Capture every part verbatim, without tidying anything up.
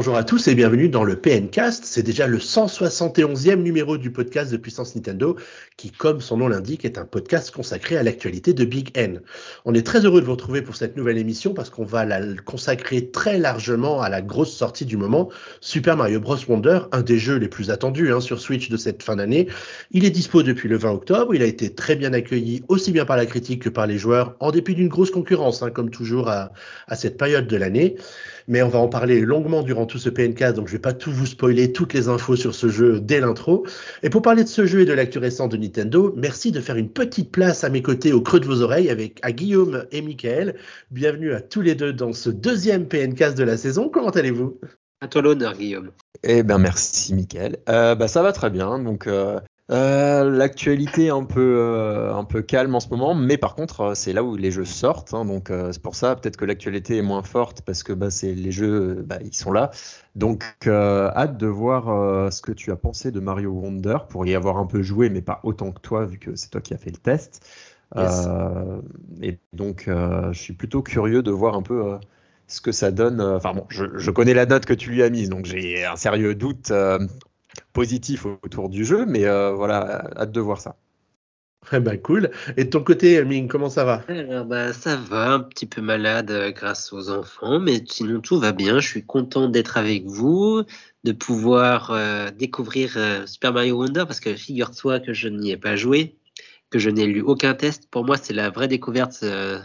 bonjour à tous et bienvenue dans le P N Cast. C'est déjà le cent soixante et onzième numéro du podcast de Puissance Nintendo qui, comme son nom l'indique, est un podcast consacré à l'actualité de Big N. On est très heureux de vous retrouver pour cette nouvelle émission parce qu'on va la consacrer très largement à la grosse sortie du moment, Super Mario Bros. Wonder, un des jeux les plus attendus hein, sur Switch de cette fin d'année. Il est dispo depuis le vingt octobre, il a été très bien accueilli aussi bien par la critique que par les joueurs, en dépit d'une grosse concurrence, hein, comme toujours à, à cette période de l'année. Mais on va en parler longuement durant tout ce P N Cast, donc je ne vais pas tout vous spoiler, toutes les infos sur ce jeu dès l'intro. Et pour parler de ce jeu et de l'actu récente de Nintendo, merci de faire une petite place à mes côtés au creux de vos oreilles avec à Guillaume et Mickaël. Bienvenue à tous les deux dans ce deuxième P N Cast de la saison. Comment allez-vous ? À toi l'honneur, Guillaume. Eh bien, merci, Mickaël. Euh, bah, ça va très bien. Donc, euh, euh, l'actualité un peu, euh, un peu calme en ce moment, mais par contre, euh, c'est là où les jeux sortent. Hein, donc, euh, c'est pour ça, peut-être que l'actualité est moins forte parce que bah, c'est, les jeux, bah, ils sont là. Donc, euh, hâte de voir euh, ce que tu as pensé de Mario Wonder pour y avoir un peu joué, mais pas autant que toi, vu que c'est toi qui as fait le test. Yes. Euh, et donc, euh, je suis plutôt curieux de voir un peu. Euh, ce que ça donne. Enfin bon, je, je connais la note que tu lui as mise, donc j'ai un sérieux doute euh, positif autour du jeu, mais euh, voilà, hâte de voir ça. Eh ben, cool. Et de ton côté, Ming, comment ça va ? Alors, bah, ça va, un petit peu malade euh, grâce aux enfants, mais sinon tout va bien. Je suis content d'être avec vous, de pouvoir euh, découvrir euh, Super Mario Wonder, parce que figure-toi que je n'y ai pas joué, que je n'ai lu aucun test. Pour moi, c'est la vraie découverte euh,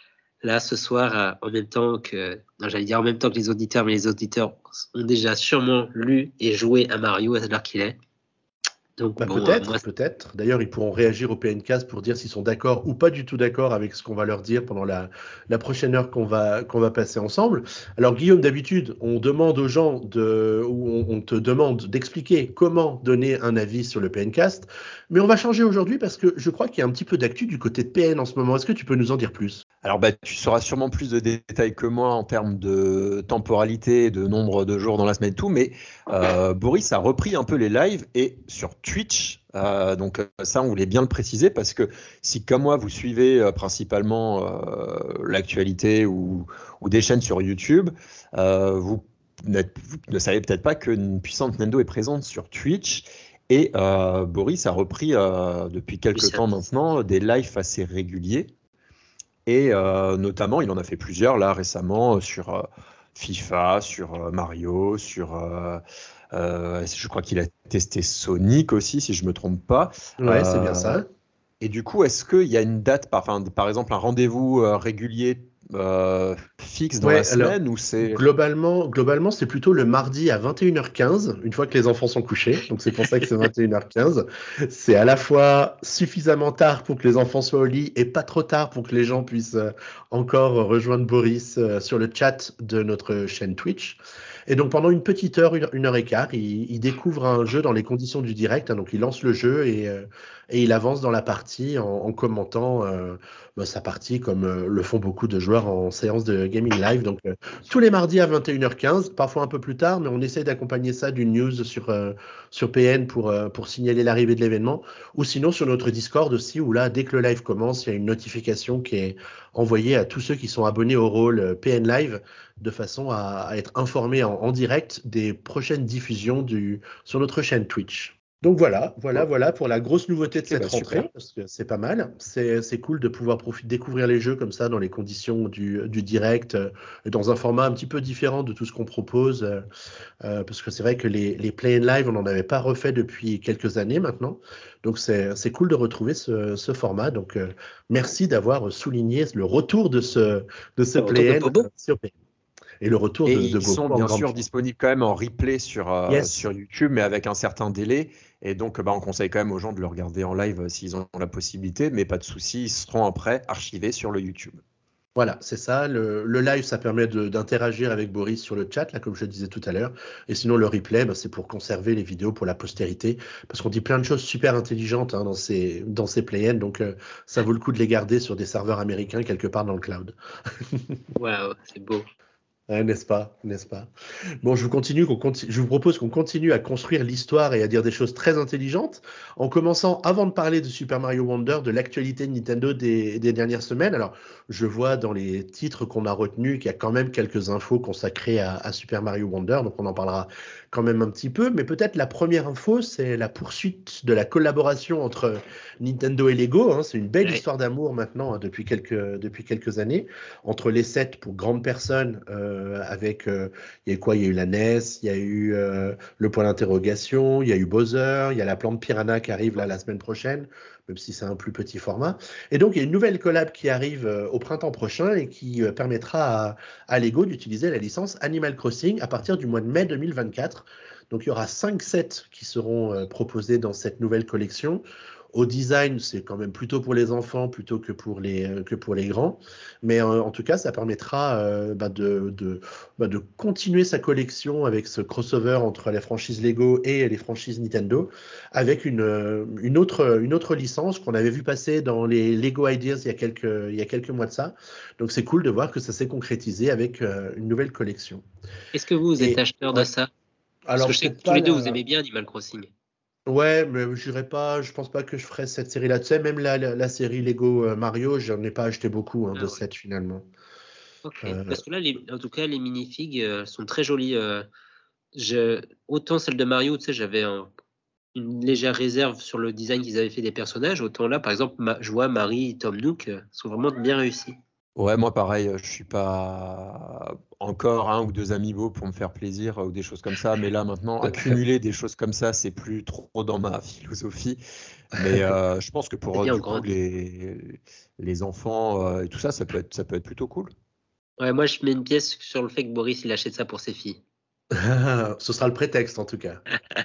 là ce soir, euh, en même temps que, non, j'allais dire en même temps que les auditeurs, mais les auditeurs ont déjà sûrement lu et joué à Mario à l'heure qu'il est. Donc, Bah, bon, peut-être, euh, moi, peut-être. D'ailleurs, ils pourront réagir au P N Cast pour dire s'ils sont d'accord ou pas du tout d'accord avec ce qu'on va leur dire pendant la, la prochaine heure qu'on va, qu'on va passer ensemble. Alors, Guillaume, d'habitude, on demande aux gens, de, ou on, on te demande d'expliquer comment donner un avis sur le P N Cast. Mais on va changer aujourd'hui parce que je crois qu'il y a un petit peu d'actu du côté de P N en ce moment. Est-ce que tu peux nous en dire plus ? Alors, bah, tu sauras sûrement plus de détails que moi en termes de temporalité, de nombre de jours dans la semaine et tout, mais euh, Boris a repris un peu les lives et sur Twitch. Euh, donc ça, on voulait bien le préciser parce que si, comme moi, vous suivez euh, principalement euh, l'actualité ou, ou des chaînes sur YouTube, euh, vous, vous ne savez peut-être pas qu'une puissante Nintendo est présente sur Twitch. Et euh, Boris a repris euh, depuis quelques temps maintenant des lives assez réguliers. Et euh, notamment, il en a fait plusieurs là récemment sur euh, FIFA, sur euh, Mario, sur. Euh, euh, je crois qu'il a testé Sonic aussi, si je ne me trompe pas. Ouais, Euh, c'est bien ça. Et du coup, est-ce qu'il y a une date, par, enfin, par exemple, un rendez-vous euh, régulier euh, fixe dans Ouais, la alors, semaine ou c'est. globalement, globalement, c'est plutôt le mardi à vingt et une heures quinze, une fois que les enfants sont couchés. Donc, c'est pour ça que c'est vingt et une heures quinze. C'est à la fois suffisamment tard pour que les enfants soient au lit et pas trop tard pour que les gens puissent euh, encore rejoindre Boris euh, sur le chat de notre chaîne Twitch. Et donc, pendant une petite heure, une, une heure et quart, il, il découvre un jeu dans les conditions du direct. Hein, donc, il lance le jeu et, euh, et il avance dans la partie en, en commentant euh, bah, sa partie comme euh, le font beaucoup de joueurs en séance de gaming live. Donc, euh, tous les mardis à vingt et une heures quinze, parfois un peu plus tard, mais on essaie d'accompagner ça d'une news sur, euh, sur P N pour, euh, pour signaler l'arrivée de l'événement. Ou sinon, sur notre Discord aussi, où là, dès que le live commence, il y a une notification qui est envoyée à tous ceux qui sont abonnés au rôle euh, P N Live, de façon à, à être informés en, en direct des prochaines diffusions du, sur notre chaîne Twitch. Donc voilà, voilà, voilà pour la grosse nouveauté de Eh cette ben, rentrée, super. parce que c'est pas mal. C'est, c'est cool de pouvoir profiter, découvrir les jeux comme ça dans les conditions du, du direct, euh, dans un format un petit peu différent de tout ce qu'on propose, euh, euh, parce que c'est vrai que les, les play and live, on n'en avait pas refait depuis quelques années maintenant. Donc c'est, c'est cool de retrouver ce, ce format. Donc euh, merci d'avoir souligné le retour de ce, de ce le retour de play and Bobo. sur P N. Et le retour Et de, de ils sont Bobo en bien grande sûr forme. disponibles quand même en replay sur, euh, Yes. sur YouTube, mais avec un certain délai. Et donc, bah, on conseille quand même aux gens de le regarder en live euh, s'ils ont la possibilité, mais pas de souci, ils seront après archivés sur le YouTube. Voilà, c'est ça. Le, le live, ça permet de- d'interagir avec Boris sur le chat, là, comme je le disais tout à l'heure. Et sinon, le replay, bah, c'est pour conserver les vidéos pour la postérité. Parce qu'on dit plein de choses super intelligentes hein, dans ces, dans ces play-ins. Donc, euh, ça vaut le coup de les garder sur des serveurs américains quelque part dans le cloud. Waouh, c'est beau. Ouais, n'est-ce pas, n'est-ce pas? Bon, je vous continue, qu'on conti- je vous propose qu'on continue à construire l'histoire et à dire des choses très intelligentes, en commençant, avant de parler de Super Mario Wonder, de l'actualité de Nintendo des, des dernières semaines. Alors, je vois dans les titres qu'on a retenus qu'il y a quand même quelques infos consacrées à, à Super Mario Wonder, donc on en parlera quand même un petit peu. Mais peut-être la première info, c'est la poursuite de la collaboration entre Nintendo et Lego, hein. C'est une belle Ouais. histoire d'amour maintenant, hein, depuis quelques, depuis quelques années entre les sets pour grandes personnes, euh, avec, euh, il y a eu quoi? Il y a eu la N E S, il y a eu euh, le point d'interrogation, il y a eu Bowser, il y a la plante Piranha qui arrive là la semaine prochaine, même si c'est un plus petit format. Et donc, il y a une nouvelle collab qui arrive euh, au printemps prochain et qui euh, permettra à, à Lego d'utiliser la licence Animal Crossing à partir du mois de mai deux mille vingt-quatre. Donc, il y aura cinq sets qui seront euh, proposés dans cette nouvelle collection. Au design, c'est quand même plutôt pour les enfants plutôt que pour les, euh, que pour les grands. Mais euh, en tout cas, ça permettra euh, bah, de, de, bah, de continuer sa collection avec ce crossover entre les franchises Lego et les franchises Nintendo, avec une, euh, une, autre, une autre licence qu'on avait vu passer dans les Lego Ideas il y a quelques, il y a quelques mois de ça. Donc c'est cool de voir que ça s'est concrétisé avec euh, une nouvelle collection. Est-ce que vous, vous êtes Et acheteur de ouais, ça? Parce que alors je sais que peut-être tous pas les deux, vous la. aimez bien Animal Crossing. Ouais, mais j'irai pas, je pense pas que je ferai cette série-là. Tu sais, même la, la, la série Lego euh, Mario, j'en ai pas acheté beaucoup hein, de Ah ouais. sets finalement. Ok. Euh, Parce que là, les- en tout cas, les minifigs euh, sont très jolies. euh, je- Autant celle de Mario, tu sais, j'avais un- une légère réserve sur le design qu'ils avaient fait des personnages. Autant là, par exemple, ma- je vois Marie et Tom Nook euh, sont vraiment bien réussis. Ouais, moi pareil, je suis pas encore un ou deux amiibo pour me faire plaisir euh, ou des choses comme ça, mais là maintenant, accumuler des choses comme ça, c'est plus trop dans ma philosophie. Mais euh, je pense que C'est pour euh, bien, on du coup grandit. les, les enfants euh, et tout ça, ça peut être, ça peut être plutôt cool. Ouais, moi, je mets une pièce sur le fait que Boris, il achète ça pour ses filles. Ce sera le prétexte en tout cas.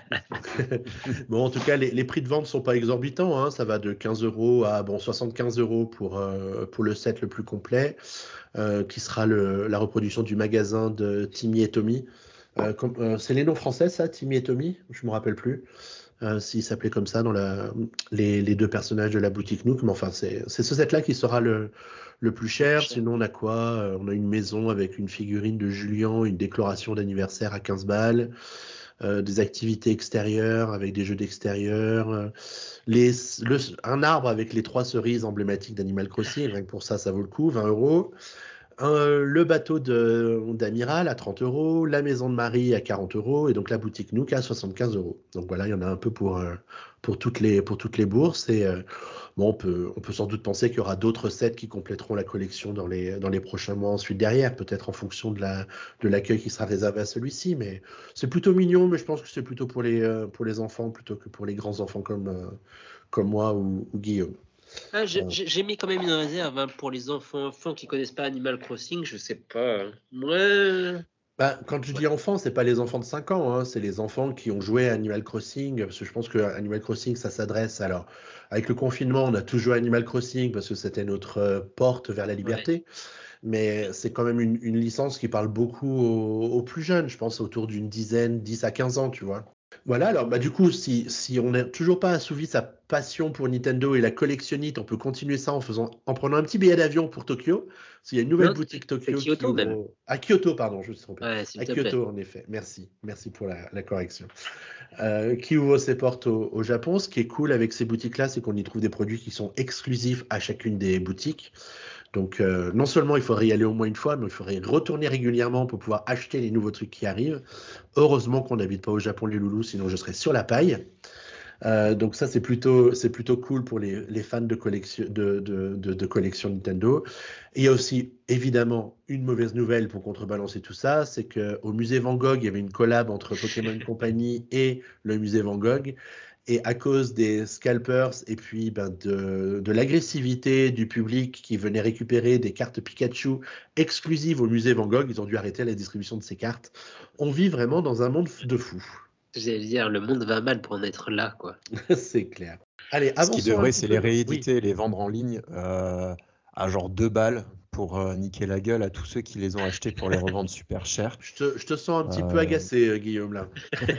Bon, en tout cas, les, les prix de vente sont pas exorbitants, hein. Ça va de quinze euros à bon, soixante-quinze euros pour, euh, pour le set le plus complet, euh, qui sera le, la reproduction du magasin de Timmy et Tommy. Euh, comme- euh, c'est les noms français, ça, Timmy et Tommy? Je me rappelle plus. Euh, s'ils s'appelaient comme ça dans la, les, les deux personnages de la boutique Nook. Mais enfin, c'est c'est ce set-là qui sera le, le plus Le plus cher. cher. Sinon, on a quoi? Euh, On a une maison avec une figurine de Julien, une décoration d'anniversaire à quinze balles, euh, des activités extérieures avec des jeux d'extérieur, euh, les, le- un arbre avec les trois cerises emblématiques d'Animal Crossing. Rien que pour ça, ça vaut le coup, vingt euros. Un- le bateau de- d'Amiral à trente euros, la maison de Marie à quarante euros et donc la boutique Nook à soixante-quinze euros. Donc voilà, il y en a un peu pour, euh, pour, toutes, les, pour toutes les bourses. Et euh, bon, on peut, on peut sans doute penser qu'il y aura d'autres sets qui compléteront la collection dans les, dans les prochains mois ensuite derrière, peut-être en fonction de la, de l'accueil qui sera réservé à celui-ci. Mais c'est plutôt mignon, mais je pense que c'est plutôt pour les, euh, pour les enfants plutôt que pour les grands enfants comme, euh, comme moi ou, ou Guillaume. Ah, j'ai Euh, j'ai- j'ai mis quand même une réserve hein, pour les enfants, enfants qui connaissent pas Animal Crossing, je sais pas. hein. Ouais. Bah, quand je Ouais. dis enfants, c'est pas les enfants de cinq ans, hein, c'est les enfants qui ont joué à Animal Crossing, parce que je pense que Animal Crossing, ça s'adresse. Alors, avec le confinement, on a tous joué à Animal Crossing parce que c'était notre euh, porte vers la Ouais. liberté, mais c'est quand même une, une licence qui parle beaucoup aux, aux plus jeunes, je pense autour d'une dizaine, dix à quinze ans, tu vois. Voilà, alors bah, du coup, si, si on n'a toujours pas assouvi sa passion pour Nintendo et la collectionnite, on peut continuer ça en faisant, en prenant un petit billet d'avion pour Tokyo. Parce qu'il y a une nouvelle Non, boutique c'est Tokyo qui Kyoto ouvre même. au- à Kyoto, pardon, je me suis trompé. Ouais, s'il À te plaît. Kyoto, en effet. Merci. Merci pour la, la correction. Euh, qui ouvre ses portes au, au Japon. Ce qui est cool avec ces boutiques-là, c'est qu'on y trouve des produits qui sont exclusifs à chacune des boutiques. Donc, euh, non seulement il faudrait y aller au moins une fois, mais il faudrait y retourner régulièrement pour pouvoir acheter les nouveaux trucs qui arrivent. Heureusement qu'on n'habite pas au Japon, les loulous, sinon je serais sur la paille. Euh, donc ça, c'est plutôt, c'est plutôt cool pour les, les fans de collection, de, de, de, de collection Nintendo. Et il y a aussi, évidemment, une mauvaise nouvelle pour contrebalancer tout ça, c'est qu'au musée Van Gogh, il y avait une collab entre Pokémon Company et le musée Van Gogh. Et à cause des scalpers et puis ben, de, de l'agressivité du public qui venait récupérer des cartes Pikachu exclusives au musée Van Gogh, ils ont dû arrêter la distribution de ces cartes. On vit vraiment dans un monde de fous. J'allais dire, le monde va mal pour en être là, quoi. C'est clair. Allez, Ce qui avançons un devrait, petit c'est les peu. Oui. rééditer, les vendre en ligne euh, à genre deux balles pour euh, niquer la gueule à tous ceux qui les ont achetés pour les revendre super cher. Je te, je te sens un petit Euh, peu agacé, euh, Guillaume, là.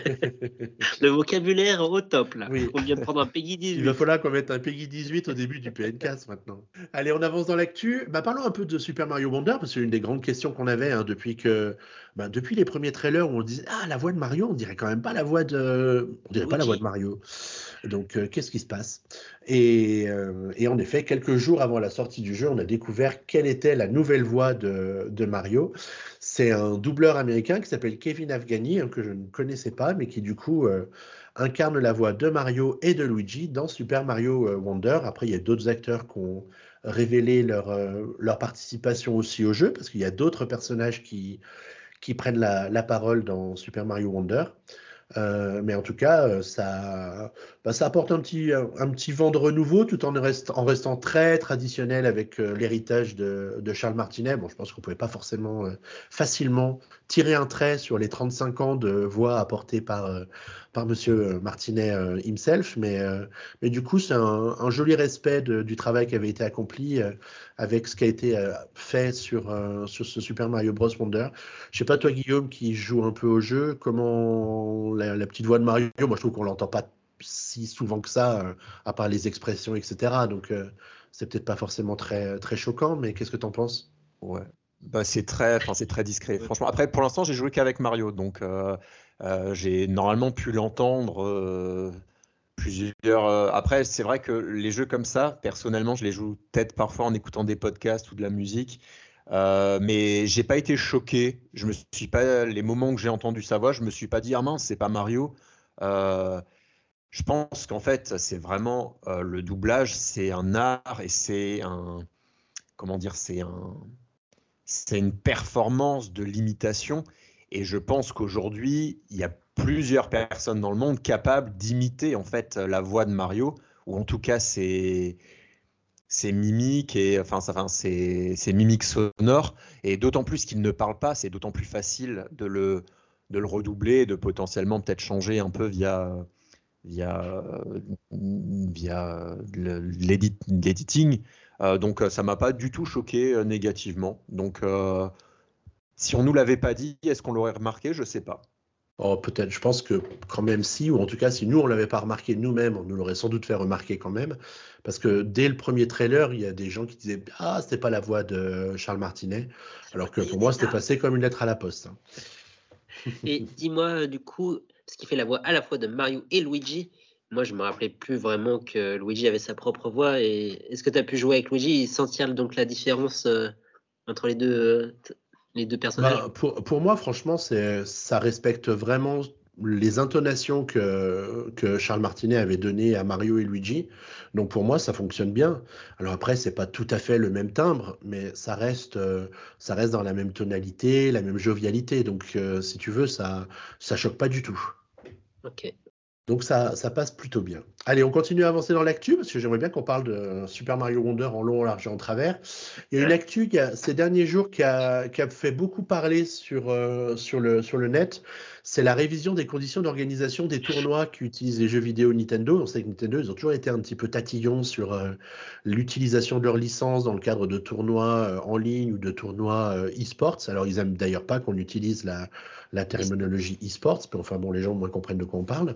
Le vocabulaire au top, là. Oui. On vient de prendre un Peggy Il va dix-huit. falloir qu'on mette un Peggy dix-huit au début du P N quatre maintenant. Allez, on avance dans l'actu. Bah, parlons un peu de Super Mario Wonder, parce que c'est une des grandes questions qu'on avait hein, depuis que, bah, depuis les premiers trailers où on disait ah la voix de Mario, on dirait quand même pas la voix de, on dirait pas la voix de Mario. Donc euh, qu'est-ce qui se passe et, euh, et en effet, quelques jours avant la sortie du jeu, on a découvert quelle était la nouvelle voix de, de Mario. C'est un doubleur américain qui s'appelle Kevin Afghani, hein, que je ne connaissais pas, mais qui du coup euh, incarne la voix de Mario et de Luigi dans Super Mario Wonder. Après, il y a d'autres acteurs qui ont révélé leur, euh, leur participation aussi au jeu, parce qu'il y a d'autres personnages qui, qui prennent la, la parole dans Super Mario Wonder. Euh, mais en tout cas, euh, ça, bah, ça apporte un petit, un, un petit vent de renouveau tout en, rest, en restant très traditionnel avec euh, l'héritage de, de Charles Martinet. Bon, je pense qu'on ne pouvait pas forcément euh, facilement tirer un trait sur les trente-cinq ans de voix apportées par, euh, par Monsieur Martinet euh, himself, mais, euh, mais du coup, c'est un, un joli respect de, du travail qui avait été accompli euh, avec ce qui a été euh, fait sur, euh, sur ce Super Mario Bros. Wonder. Je sais pas, toi, Guillaume, qui joue un peu au jeu, comment la, la petite voix de Mario, moi, je trouve qu'on l'entend pas si souvent que ça, euh, à part les expressions, et cetera. Donc, euh, c'est peut-être pas forcément très, très choquant, mais qu'est-ce que t'en penses? Ouais. Bah, c'est très, enfin, c'est très discret. Franchement, après, pour l'instant, j'ai joué qu'avec Mario, donc euh, euh, j'ai normalement pu l'entendre euh, plusieurs. euh, Après, c'est vrai que les jeux comme ça, personnellement, je les joue peut-être parfois en écoutant des podcasts ou de la musique, euh, mais j'ai pas été choqué. Je me suis pas, les moments que j'ai entendu sa voix, je me suis pas dit ah mince, c'est pas Mario. Euh, je pense qu'en fait, c'est vraiment euh, le doublage, c'est un art et c'est un, comment dire, c'est un c'est une performance de l'imitation. Et je pense qu'aujourd'hui, il y a plusieurs personnes dans le monde capables d'imiter en fait la voix de Mario, ou en tout cas ses, ses mimiques et enfin, ça, enfin ses, ses mimiques sonores. Et d'autant plus qu'il ne parle pas, c'est d'autant plus facile de le, de le redoubler, de potentiellement peut-être changer un peu via via, via l'editing. Euh, donc ça m'a pas du tout choqué euh, négativement. Donc euh, si on nous l'avait pas dit, est-ce qu'on l'aurait remarqué? Je sais pas. Oh, peut-être, je pense que quand même si, ou en tout cas si nous on l'avait pas remarqué nous-mêmes, on nous l'aurait sans doute fait remarquer quand même, parce que dès le premier trailer, il y a des gens qui disaient ah c'était pas la voix de Charles Martinet, alors que pour moi c'était passé comme une lettre à la poste. Hein. Et dis-moi, du coup, ce qui fait la voix à la fois de Mario et Luigi, moi je me rappelais plus vraiment que Luigi avait sa propre voix. Et est-ce que tu as pu jouer avec Luigi et sentir donc la différence euh, entre les deux, euh, les deux personnages? Ben, pour, pour moi, franchement, c'est, ça respecte vraiment les intonations que, que Charles Martinet avait données à Mario et Luigi. Donc pour moi, ça fonctionne bien. Alors après, c'est pas tout à fait le même timbre, mais ça reste, euh, ça reste dans la même tonalité, la même jovialité. Donc euh, si tu veux, ça, ça choque pas du tout. Ok. Donc ça, ça passe plutôt bien. Allez, on continue à avancer dans l'actu, parce que j'aimerais bien qu'on parle de Super Mario Wonder en long, en large et en travers. Il y a une actu qui a, ces derniers jours qui a, qui a fait beaucoup parler sur, euh, sur, le, sur le net. C'est la révision des conditions d'organisation des tournois qui utilisent les jeux vidéo Nintendo. On sait que Nintendo, ils ont toujours été un petit peu tatillons sur euh, l'utilisation de leur licence dans le cadre de tournois euh, en ligne ou de tournois euh, e-sports. Alors, ils aiment d'ailleurs pas qu'on utilise la, la terminologie e-sports, mais enfin bon, les gens au moins comprennent de quoi on parle.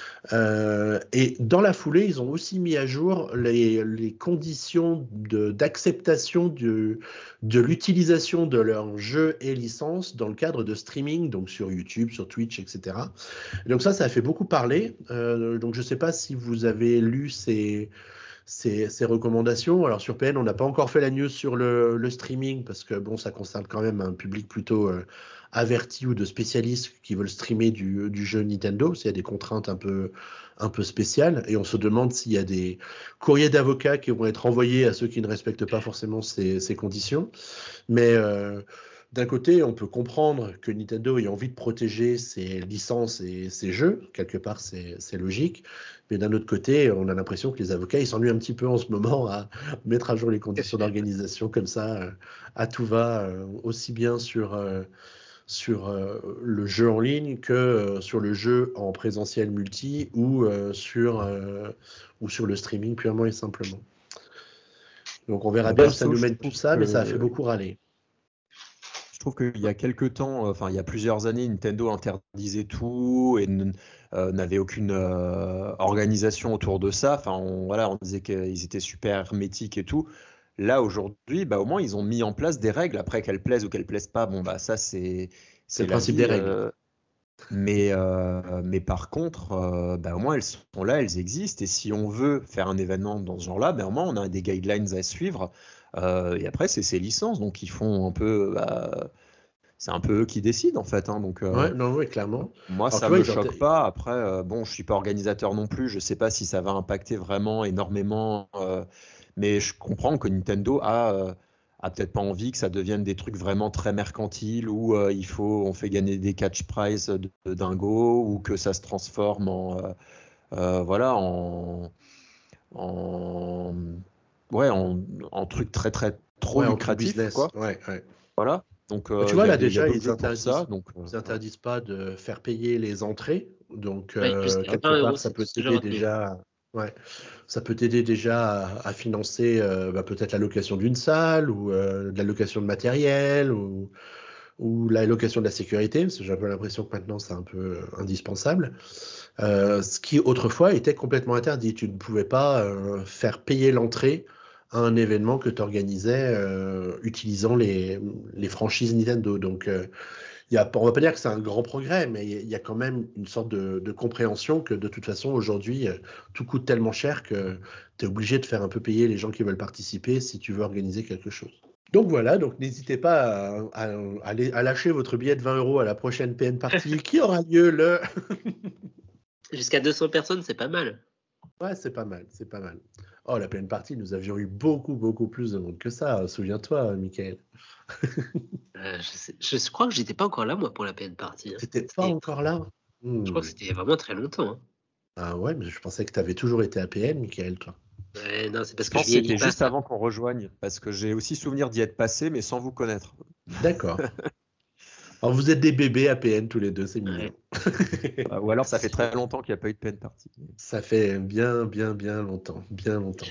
Euh, et dans la foulée, ils ont aussi mis à jour les, les conditions de, d'acceptation de, de l'utilisation de leurs jeux et licences dans le cadre de streaming, donc sur YouTube, sur Twitch, et cetera. Et donc ça, ça a fait beaucoup parler. Euh, donc je ne sais pas si vous avez lu ces, ces, ces recommandations. Alors sur P N, on n'a pas encore fait la news sur le, le streaming parce que bon, ça concerne quand même un public plutôt euh, avertis ou de spécialistes qui veulent streamer du, du jeu Nintendo, s'il y a des contraintes un peu, un peu spéciales, et on se demande s'il y a des courriers d'avocats qui vont être envoyés à ceux qui ne respectent pas forcément ces, ces conditions. Mais euh, d'un côté, on peut comprendre que Nintendo ait envie de protéger ses licences et ses jeux, quelque part c'est, c'est logique, mais d'un autre côté, on a l'impression que les avocats ils s'ennuient un petit peu en ce moment à mettre à jour les conditions d'organisation comme ça, à tout va, aussi bien sur... Euh, sur euh, le jeu en ligne que euh, sur le jeu en présentiel multi ou, euh, sur, euh, ou sur le streaming purement et simplement. Donc on verra Ah, bien où perso, ça nous je mène tout trouve ça, mais ça a que- fait beaucoup râler. Je trouve qu'il y a quelques temps, euh, enfin il y a plusieurs années, Nintendo interdisait tout et n- euh, n'avait aucune euh, organisation autour de ça. Enfin, on, voilà, on disait qu'ils étaient super hermétiques et tout. Là, aujourd'hui, bah, au moins, ils ont mis en place des règles. Après, qu'elles plaisent ou qu'elles plaisent pas, bon, bah, ça, c'est, C'est c'est le la principe vie. des règles. euh, mais, euh, mais par contre, euh, bah, au moins, elles sont là, elles existent. Et si on veut faire un événement dans ce genre-là, bah, au moins, on a des guidelines à suivre. Euh, et après, c'est ces licences. Donc, ils font un peu. Bah, c'est un peu eux qui décident en fait, hein, donc euh, Ouais, non, ouais, clairement. moi Alors tu ça vois, me ils ont... choque pas. Après, euh, bon, je suis pas organisateur non plus, je sais pas si ça va impacter vraiment énormément, euh, mais je comprends que Nintendo a, euh, a peut-être pas envie que ça devienne des trucs vraiment très mercantiles où euh, il faut, on fait gagner des catch prizes de, de dingo ou que ça se transforme en, euh, euh, voilà, en, en, ouais, en, en truc très très trop Ouais, en truc lucratif, business. quoi. Ouais, ouais. Voilà. Donc, Mais tu euh, il vois, y a là, des- il y a déjà, d'autres ils jeux pour ça. interdisent, Donc, euh, ils voilà. interdisent pas de faire payer les entrées. Donc, Ouais, euh, jusqu'à quelque vingt euros, part, ça c'est tout peut ce que j'ai t'aider retenu. déjà. Ouais, ça peut t'aider déjà à, à financer euh, bah, peut-être la location d'une salle ou euh, de la location de matériel ou, ou la location de la sécurité, parce que j'ai un peu l'impression que maintenant c'est un peu euh, indispensable. Euh, ce qui autrefois était complètement interdit. Tu ne pouvais pas euh, faire payer l'entrée à un événement que tu organisais euh, utilisant les, les franchises Nintendo. Donc, euh, il y a, on va pas dire que c'est un grand progrès, mais il y a quand même une sorte de, de compréhension que de toute façon, aujourd'hui, euh, tout coûte tellement cher que tu es obligé de faire un peu payer les gens qui veulent participer si tu veux organiser quelque chose. Donc voilà, donc n'hésitez pas à, à- à aller- à lâcher votre billet de vingt euros à la prochaine P N Party qui aura lieu le... Jusqu'à deux cents personnes, c'est pas mal. Ouais, c'est pas mal, c'est pas mal. Oh, la P N Party, nous avions eu beaucoup, beaucoup plus de monde que ça, souviens-toi, Michael. Euh, je, sais- je crois que j'étais pas encore là, moi, pour la P N Party, hein. T'étais pas C'était- encore là? Je crois Hmm. que c'était vraiment très longtemps, hein. Ah ouais, mais je pensais que tu avais toujours été à P N, Michael, toi. Ouais, non, c'est parce Je que je pense que vieillis c'était pas, juste ça. avant qu'on rejoigne, parce que j'ai aussi souvenir d'y être passé, mais sans vous connaître. D'accord. Alors vous êtes des bébés à P N tous les deux, c'est Ouais. mignon. Euh, Ou alors ça fait très longtemps qu'il n'y a pas eu de pen party. Ça fait bien, bien, bien longtemps, bien longtemps.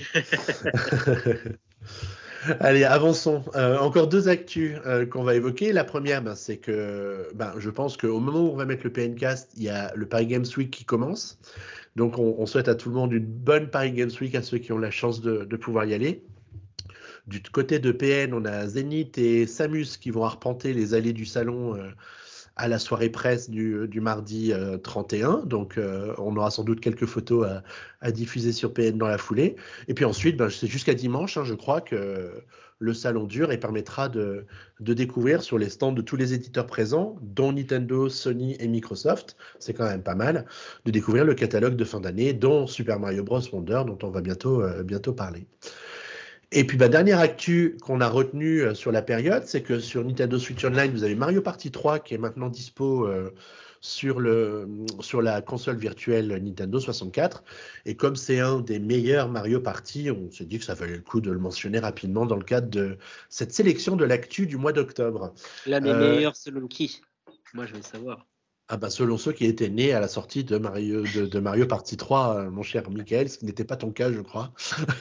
Allez, avançons. Euh, encore deux actus euh, qu'on va évoquer. La première, ben, c'est que ben, je pense qu'au moment où on va mettre le P N Cast, il y a le Paris Games Week qui commence. Donc on, on souhaite à tout le monde une bonne Paris Games Week, à ceux qui ont la chance de, de pouvoir y aller. Du côté de P N, on a Zénith et Samus qui vont arpenter les allées du salon euh, à la soirée presse du, du mardi euh, trente et un. Donc, euh, on aura sans doute quelques photos à, à diffuser sur P N dans la foulée. Et puis ensuite, ben, c'est jusqu'à dimanche, hein, je crois que le salon dure et permettra de, de découvrir sur les stands de tous les éditeurs présents, dont Nintendo, Sony et Microsoft, c'est quand même pas mal, de découvrir le catalogue de fin d'année, dont Super Mario Bros. Wonder, dont on va bientôt, euh, bientôt parler. Et puis, bah, dernière actu qu'on a retenue euh, sur la période, c'est que sur Nintendo Switch Online, vous avez Mario Party trois qui est maintenant dispo euh, sur, le, sur la console virtuelle Nintendo soixante-quatre. Et comme c'est un des meilleurs Mario Party, on s'est dit que ça valait le coup de le mentionner rapidement dans le cadre de cette sélection de l'actu du mois d'octobre. L'un des Euh, meilleurs selon qui? Moi, je veux savoir. Ah bah, selon ceux qui étaient nés à la sortie de Mario, de, de Mario Party trois, euh, mon cher Michael, ce qui n'était pas ton cas, je crois.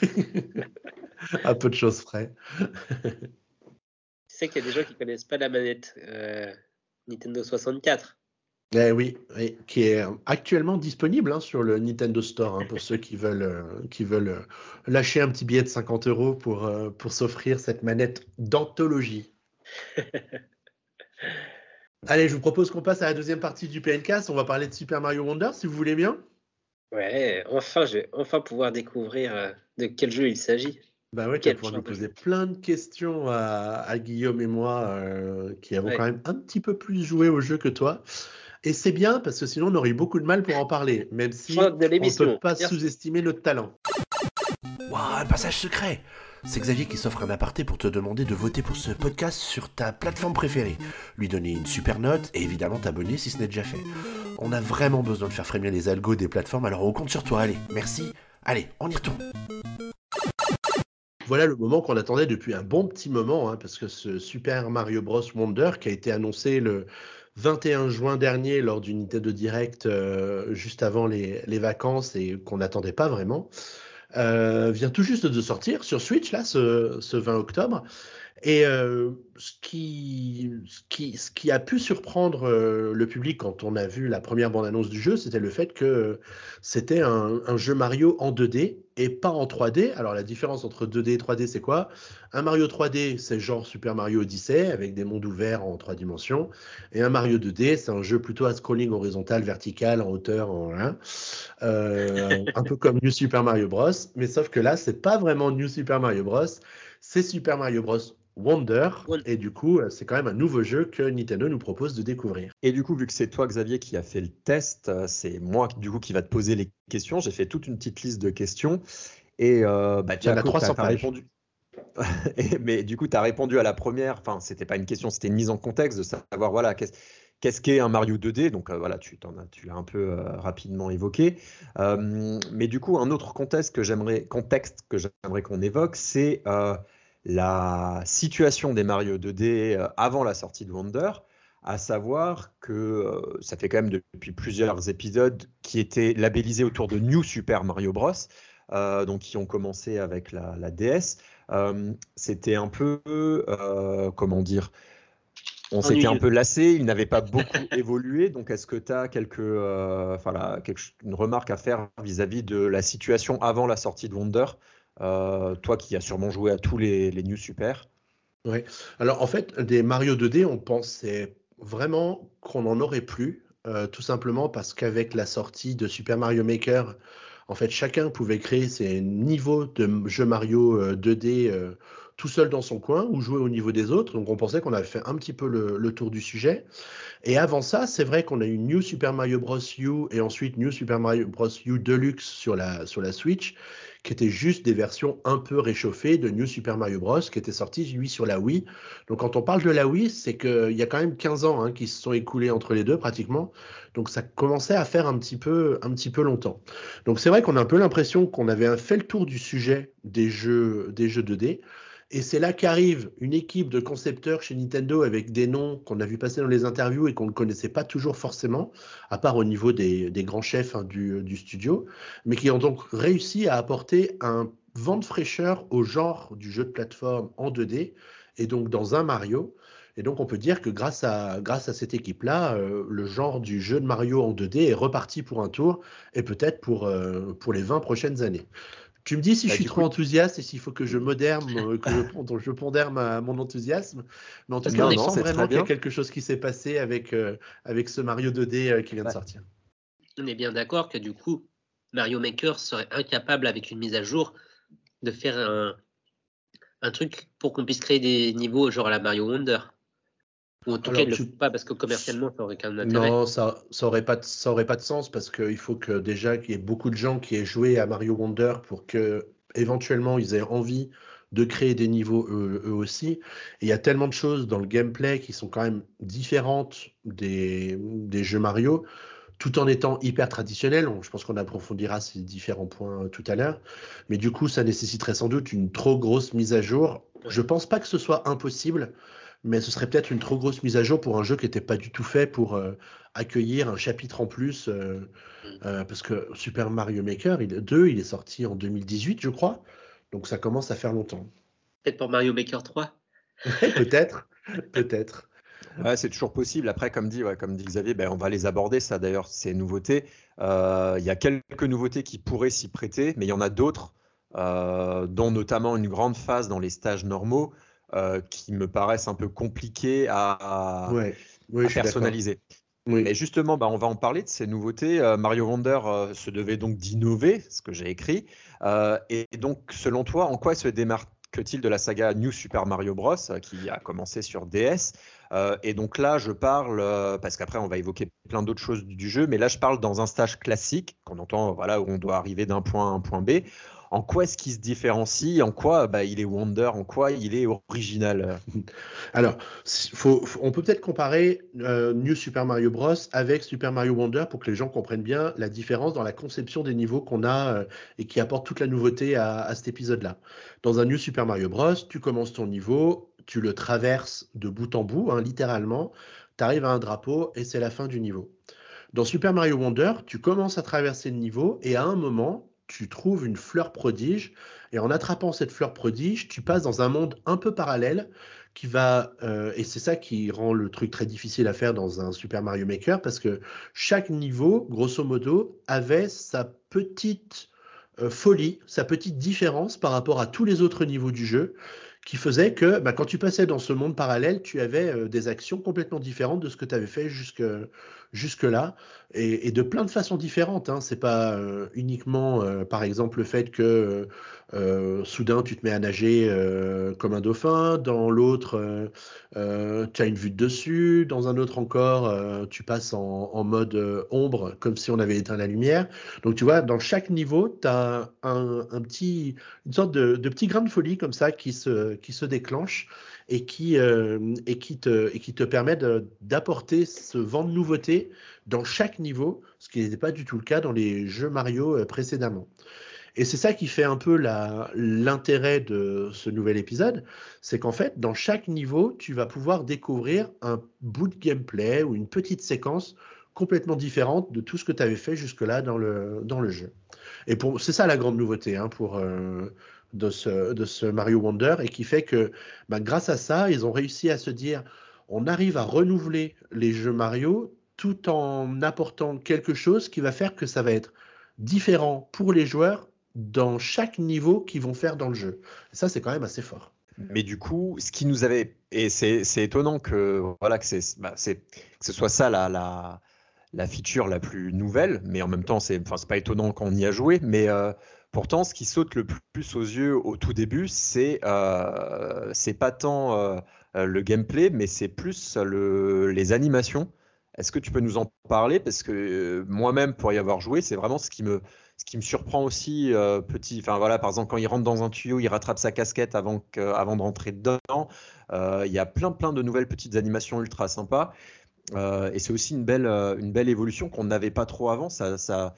À peu de choses près. Tu sais qu'il y a des gens qui connaissent pas la manette euh, Nintendo soixante-quatre. Eh oui, oui, qui est actuellement disponible hein, sur le Nintendo Store hein, pour ceux qui veulent, euh, qui veulent euh, lâcher un petit billet de cinquante euros pour, euh, pour s'offrir cette manette d'anthologie. Allez, je vous propose qu'on passe à la deuxième partie du P N K. On va parler de Super Mario Wonder, si vous voulez bien. Ouais, enfin, je vais enfin pouvoir découvrir euh, de quel jeu il s'agit. Bah ouais, tu vas Quel pouvoir genre nous de poser jeu. plein de questions à, à Guillaume et moi, euh, qui avons Ouais. quand même un petit peu plus joué au jeu que toi. Et c'est bien, parce que sinon on aurait eu beaucoup de mal pour en parler, même si Fin de on ne peut l'émission. pas Merci. sous-estimer notre talent. Waouh, un passage secret! C'est Xavier qui s'offre un aparté pour te demander de voter pour ce podcast sur ta plateforme préférée, lui donner une super note et évidemment t'abonner si ce n'est déjà fait. On a vraiment besoin de faire frémir les algos des plateformes, alors on compte sur toi, allez, merci. Allez, on y retourne. Voilà le moment qu'on attendait depuis un bon petit moment, hein, parce que ce Super Mario Bros. Wonder, qui a été annoncé le vingt et un juin dernier lors du Nintendo Direct euh, juste avant les, les vacances et qu'on n'attendait pas vraiment, euh, vient tout juste de sortir sur Switch, là, ce, ce vingt octobre. Et euh, ce, qui, ce, qui, ce qui a pu surprendre euh, le public quand on a vu la première bande-annonce du jeu, c'était le fait que euh, c'était un, un jeu Mario en deux D et pas en trois D. Alors la différence entre deux D et trois D, c'est quoi? Un Mario trois D, c'est genre Super Mario Odyssey, avec des mondes ouverts en trois dimensions. Et un Mario deux D, c'est un jeu plutôt à scrolling horizontal, vertical, en hauteur, en hein, euh, un peu comme New Super Mario Bros. Mais sauf que là, c'est pas vraiment New Super Mario Bros. C'est Super Mario Bros. Wonder, Ouais. et du coup, c'est quand même un nouveau jeu que Nintendo nous propose de découvrir. Et du coup, vu que c'est toi, Xavier, qui a fait le test, euh, c'est moi du coup qui va te poser les questions. J'ai fait toute une petite liste de questions et euh, bah, Il y en a Jacob, trois t'as cents t'as pages. répondu. Et- mais du coup, tu as répondu à la première. Enfin, c'était pas une question, c'était une mise en contexte de savoir voilà qu'est-ce qu'est-ce qu'est un Mario deux D. Donc euh, voilà, tu t'en as, tu l'as un peu euh, rapidement évoqué. Euh, mais du coup, un autre contexte que j'aimerais, contexte que j'aimerais qu'on évoque, c'est euh, la situation des Mario deux D euh, avant la sortie de Wonder. À savoir que euh, ça fait quand même depuis plusieurs épisodes qui étaient labellisés autour de New Super Mario Bros. Euh, donc qui ont commencé avec la, la D S. Euh, c'était un peu, euh, comment dire, on s'était un Ennuyeux. peu lassé, il n'avait pas beaucoup évolué. Donc, est-ce que tu as quelques, euh, enfin, là, quelque, une remarque à faire vis-à-vis de la situation avant la sortie de Wonder, euh, toi qui as sûrement joué à tous les, les New Super? Ouais. Alors en fait, des Mario deux D, on pensait vraiment qu'on n'en aurait plus, euh, tout simplement parce qu'avec la sortie de Super Mario Maker, en fait, chacun pouvait créer ses niveaux de jeux Mario euh, deux D euh, tout seul dans son coin ou jouer au niveau des autres. Donc on pensait qu'on avait fait un petit peu le, le tour du sujet. Et avant ça, c'est vrai qu'on a eu New Super Mario Bros. U et ensuite New Super Mario Bros. U Deluxe sur la, sur la Switch, qui étaient juste des versions un peu réchauffées de New Super Mario Bros. Qui était sorti, lui, sur la Wii. Donc quand on parle de la Wii, c'est qu'il y a quand même quinze ans hein, qui se sont écoulés entre les deux pratiquement. Donc ça commençait à faire un petit peu, un petit peu longtemps. Donc c'est vrai qu'on a un peu l'impression qu'on avait fait le tour du sujet des jeux, des jeux deux D. Et c'est là qu'arrive une équipe de concepteurs chez Nintendo avec des noms qu'on a vu passer dans les interviews et qu'on ne connaissait pas toujours forcément, à part au niveau des, des grands chefs hein, du, du studio, mais qui ont donc réussi à apporter un vent de fraîcheur au genre du jeu de plateforme en deux D, et donc dans un Mario. Et donc on peut dire que grâce à, grâce à cette équipe-là, euh, le genre du jeu de Mario en deux D est reparti pour un tour, et peut-être pour, euh, pour les vingt prochaines années. Tu me dis si je Bah, suis du trop coup, enthousiaste et s'il faut que je modère, euh, que je, pon- je pondère ma- mon enthousiasme. Mais en tout cas, On non, on est, non, sent c'est vraiment très qu'il y a bien. quelque chose qui s'est passé avec, euh, avec ce Mario deux D euh, qui vient de Ouais. sortir. on est bien d'accord que du coup, Mario Maker serait incapable avec une mise à jour de faire un, un truc pour qu'on puisse créer des niveaux genre à la Mario Wonder. Ou en tout cas, Alors, ils le tu... font pas parce que commercialement, ça aurait qu'un intérêt. non, ça, ça aurait pas de, ça aurait pas de sens parce qu'il faut que déjà qu'il y ait beaucoup de gens qui aient joué à Mario Wonder pour que éventuellement ils aient envie de créer des niveaux eux, eux aussi. Et il y a tellement de choses dans le gameplay qui sont quand même différentes des, des jeux Mario, tout en étant hyper traditionnel. On- Je pense qu'on approfondira ces différents points euh, tout à l'heure. Mais du coup, ça nécessiterait sans doute une trop grosse mise à jour. Ouais. Je pense pas que ce soit impossible, mais ce serait peut-être une trop grosse mise à jour pour un jeu qui n'était pas du tout fait pour euh, accueillir un chapitre en plus. euh, Mm. euh, parce que Super Mario Maker il, deux, il est sorti en deux mille dix-huit, je crois. Donc ça commence à faire longtemps. Peut-être pour Mario Maker trois. Ouais, peut-être, peut-être. Ouais, c'est toujours possible. Après, comme dit, ouais, comme dit Xavier, ben, on va les aborder, ça d'ailleurs, ces nouveautés. Euh, Il y a quelques nouveautés qui pourraient s'y prêter, mais il y en a d'autres, euh, dont notamment une grande phase dans les stages normaux, euh, qui me paraissent un peu compliquées à, à- Ouais, oui, à je suis d'accord. personnaliser. Mais Oui. justement, bah, on va en parler de ces nouveautés. Euh, Mario Wonder euh, se devait donc d'innover, ce que j'ai écrit. Euh, et donc, selon toi, en quoi se démarque-t-il de la saga New Super Mario Bros. euh, qui a commencé sur D S? Euh, et donc là, je parle, euh, parce qu'après, on va évoquer plein d'autres choses du jeu, mais là, je parle dans un stage classique, qu'on entend, voilà, où on doit arriver d'un point A à un point B. En quoi est-ce qu'il se différencie? En quoi bah, il est Wonder? En quoi il est original? Alors, si- faut- faut- on peut peut-être comparer euh, New Super Mario Bros. Avec Super Mario Wonder pour que les gens comprennent bien la différence dans la conception des niveaux qu'on a euh, et qui apporte toute la nouveauté à, à cet épisode-là. Dans un New Super Mario Bros., tu commences ton niveau, tu le traverses de bout en bout, hein, littéralement, tu arrives à un drapeau et c'est la fin du niveau. Dans Super Mario Wonder, tu commences à traverser le niveau et à un moment, tu trouves une fleur prodige, et en attrapant cette fleur prodige, tu passes dans un monde un peu parallèle qui va, euh, et c'est ça qui rend le truc très difficile à faire dans un Super Mario Maker, parce que chaque niveau, grosso modo, avait sa petite euh, folie, sa petite différence par rapport à tous les autres niveaux du jeu, qui faisait que bah, quand tu passais dans ce monde parallèle, tu avais euh, des actions complètement différentes de ce que tu avais fait jusque, jusque-là, et, et de plein de façons différentes. Hein. C'est pas euh, uniquement, euh, par exemple, le fait que euh, soudain tu te mets à nager euh, comme un dauphin, dans l'autre, euh, euh, tu as une vue de dessus, dans un autre encore, euh, tu passes en, en mode euh, ombre, comme si on avait éteint la lumière. Donc tu vois, dans chaque niveau, tu as un, un petit, une sorte de, de petit grain de folie comme ça qui se, qui se déclenche et qui, euh, et qui, te, et qui te permet de, d'apporter ce vent de nouveauté dans chaque niveau, ce qui n'était pas du tout le cas dans les jeux Mario euh, précédemment. Et c'est ça qui fait un peu la, l'intérêt de ce nouvel épisode, c'est qu'en fait, dans chaque niveau, tu vas pouvoir découvrir un bout de gameplay ou une petite séquence complètement différente de tout ce que tu avais fait jusque-là dans le, dans le jeu. Et pour, c'est ça la grande nouveauté hein, pour, euh, de, ce, de ce Mario Wonder, et qui fait que bah, grâce à ça, ils ont réussi à se dire, on arrive à renouveler les jeux Mario tout en apportant quelque chose qui va faire que ça va être différent pour les joueurs dans chaque niveau qu'ils vont faire dans le jeu. Et ça, c'est quand même assez fort. Mais du coup, ce qui nous avait... Et c'est, c'est étonnant que, voilà, que, c'est, bah, c'est, que ce soit ça la, la, la feature la plus nouvelle, mais en même temps, c'est, enfin, c'est pas étonnant quand on y a joué, mais euh, pourtant, ce qui saute le plus aux yeux au tout début, c'est, euh, c'est pas tant euh, le gameplay, mais c'est plus le, les animations. Est-ce que tu peux nous en parler? Parce que euh, moi-même, pour y avoir joué, c'est vraiment ce qui me, ce qui me surprend aussi, euh, petit. Enfin voilà, par exemple, quand il rentre dans un tuyau, il rattrape sa casquette avant, que, avant de rentrer dedans. Euh, il y a plein, plein de nouvelles petites animations ultra sympas. Euh, et c'est aussi une belle, euh, une belle évolution qu'on n'avait pas trop avant. Ça, ça,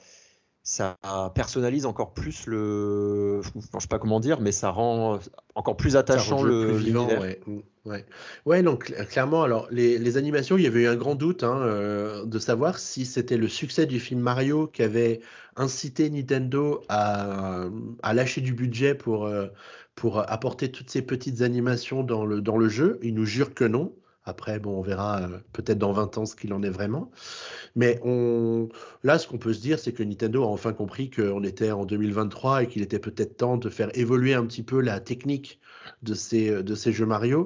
ça personnalise encore plus le. Enfin, je sais pas comment dire, mais ça rend encore plus attachant Ça rend le jeu le, plus vivant, l'univers. ouais. Ouais. Ouais, donc cl- clairement, alors les, les animations, il y avait eu un grand doute hein, euh, de savoir si c'était le succès du film Mario qui avait incité Nintendo à, à lâcher du budget pour, euh, pour apporter toutes ces petites animations dans le, dans le jeu. Ils nous jurent que non. Après, bon, on verra euh, peut-être dans vingt ans ce qu'il en est vraiment. Mais on... là, ce qu'on peut se dire, c'est que Nintendo a enfin compris qu'on était en deux mille vingt-trois et qu'il était peut-être temps de faire évoluer un petit peu la technique de ces, de ces jeux Mario.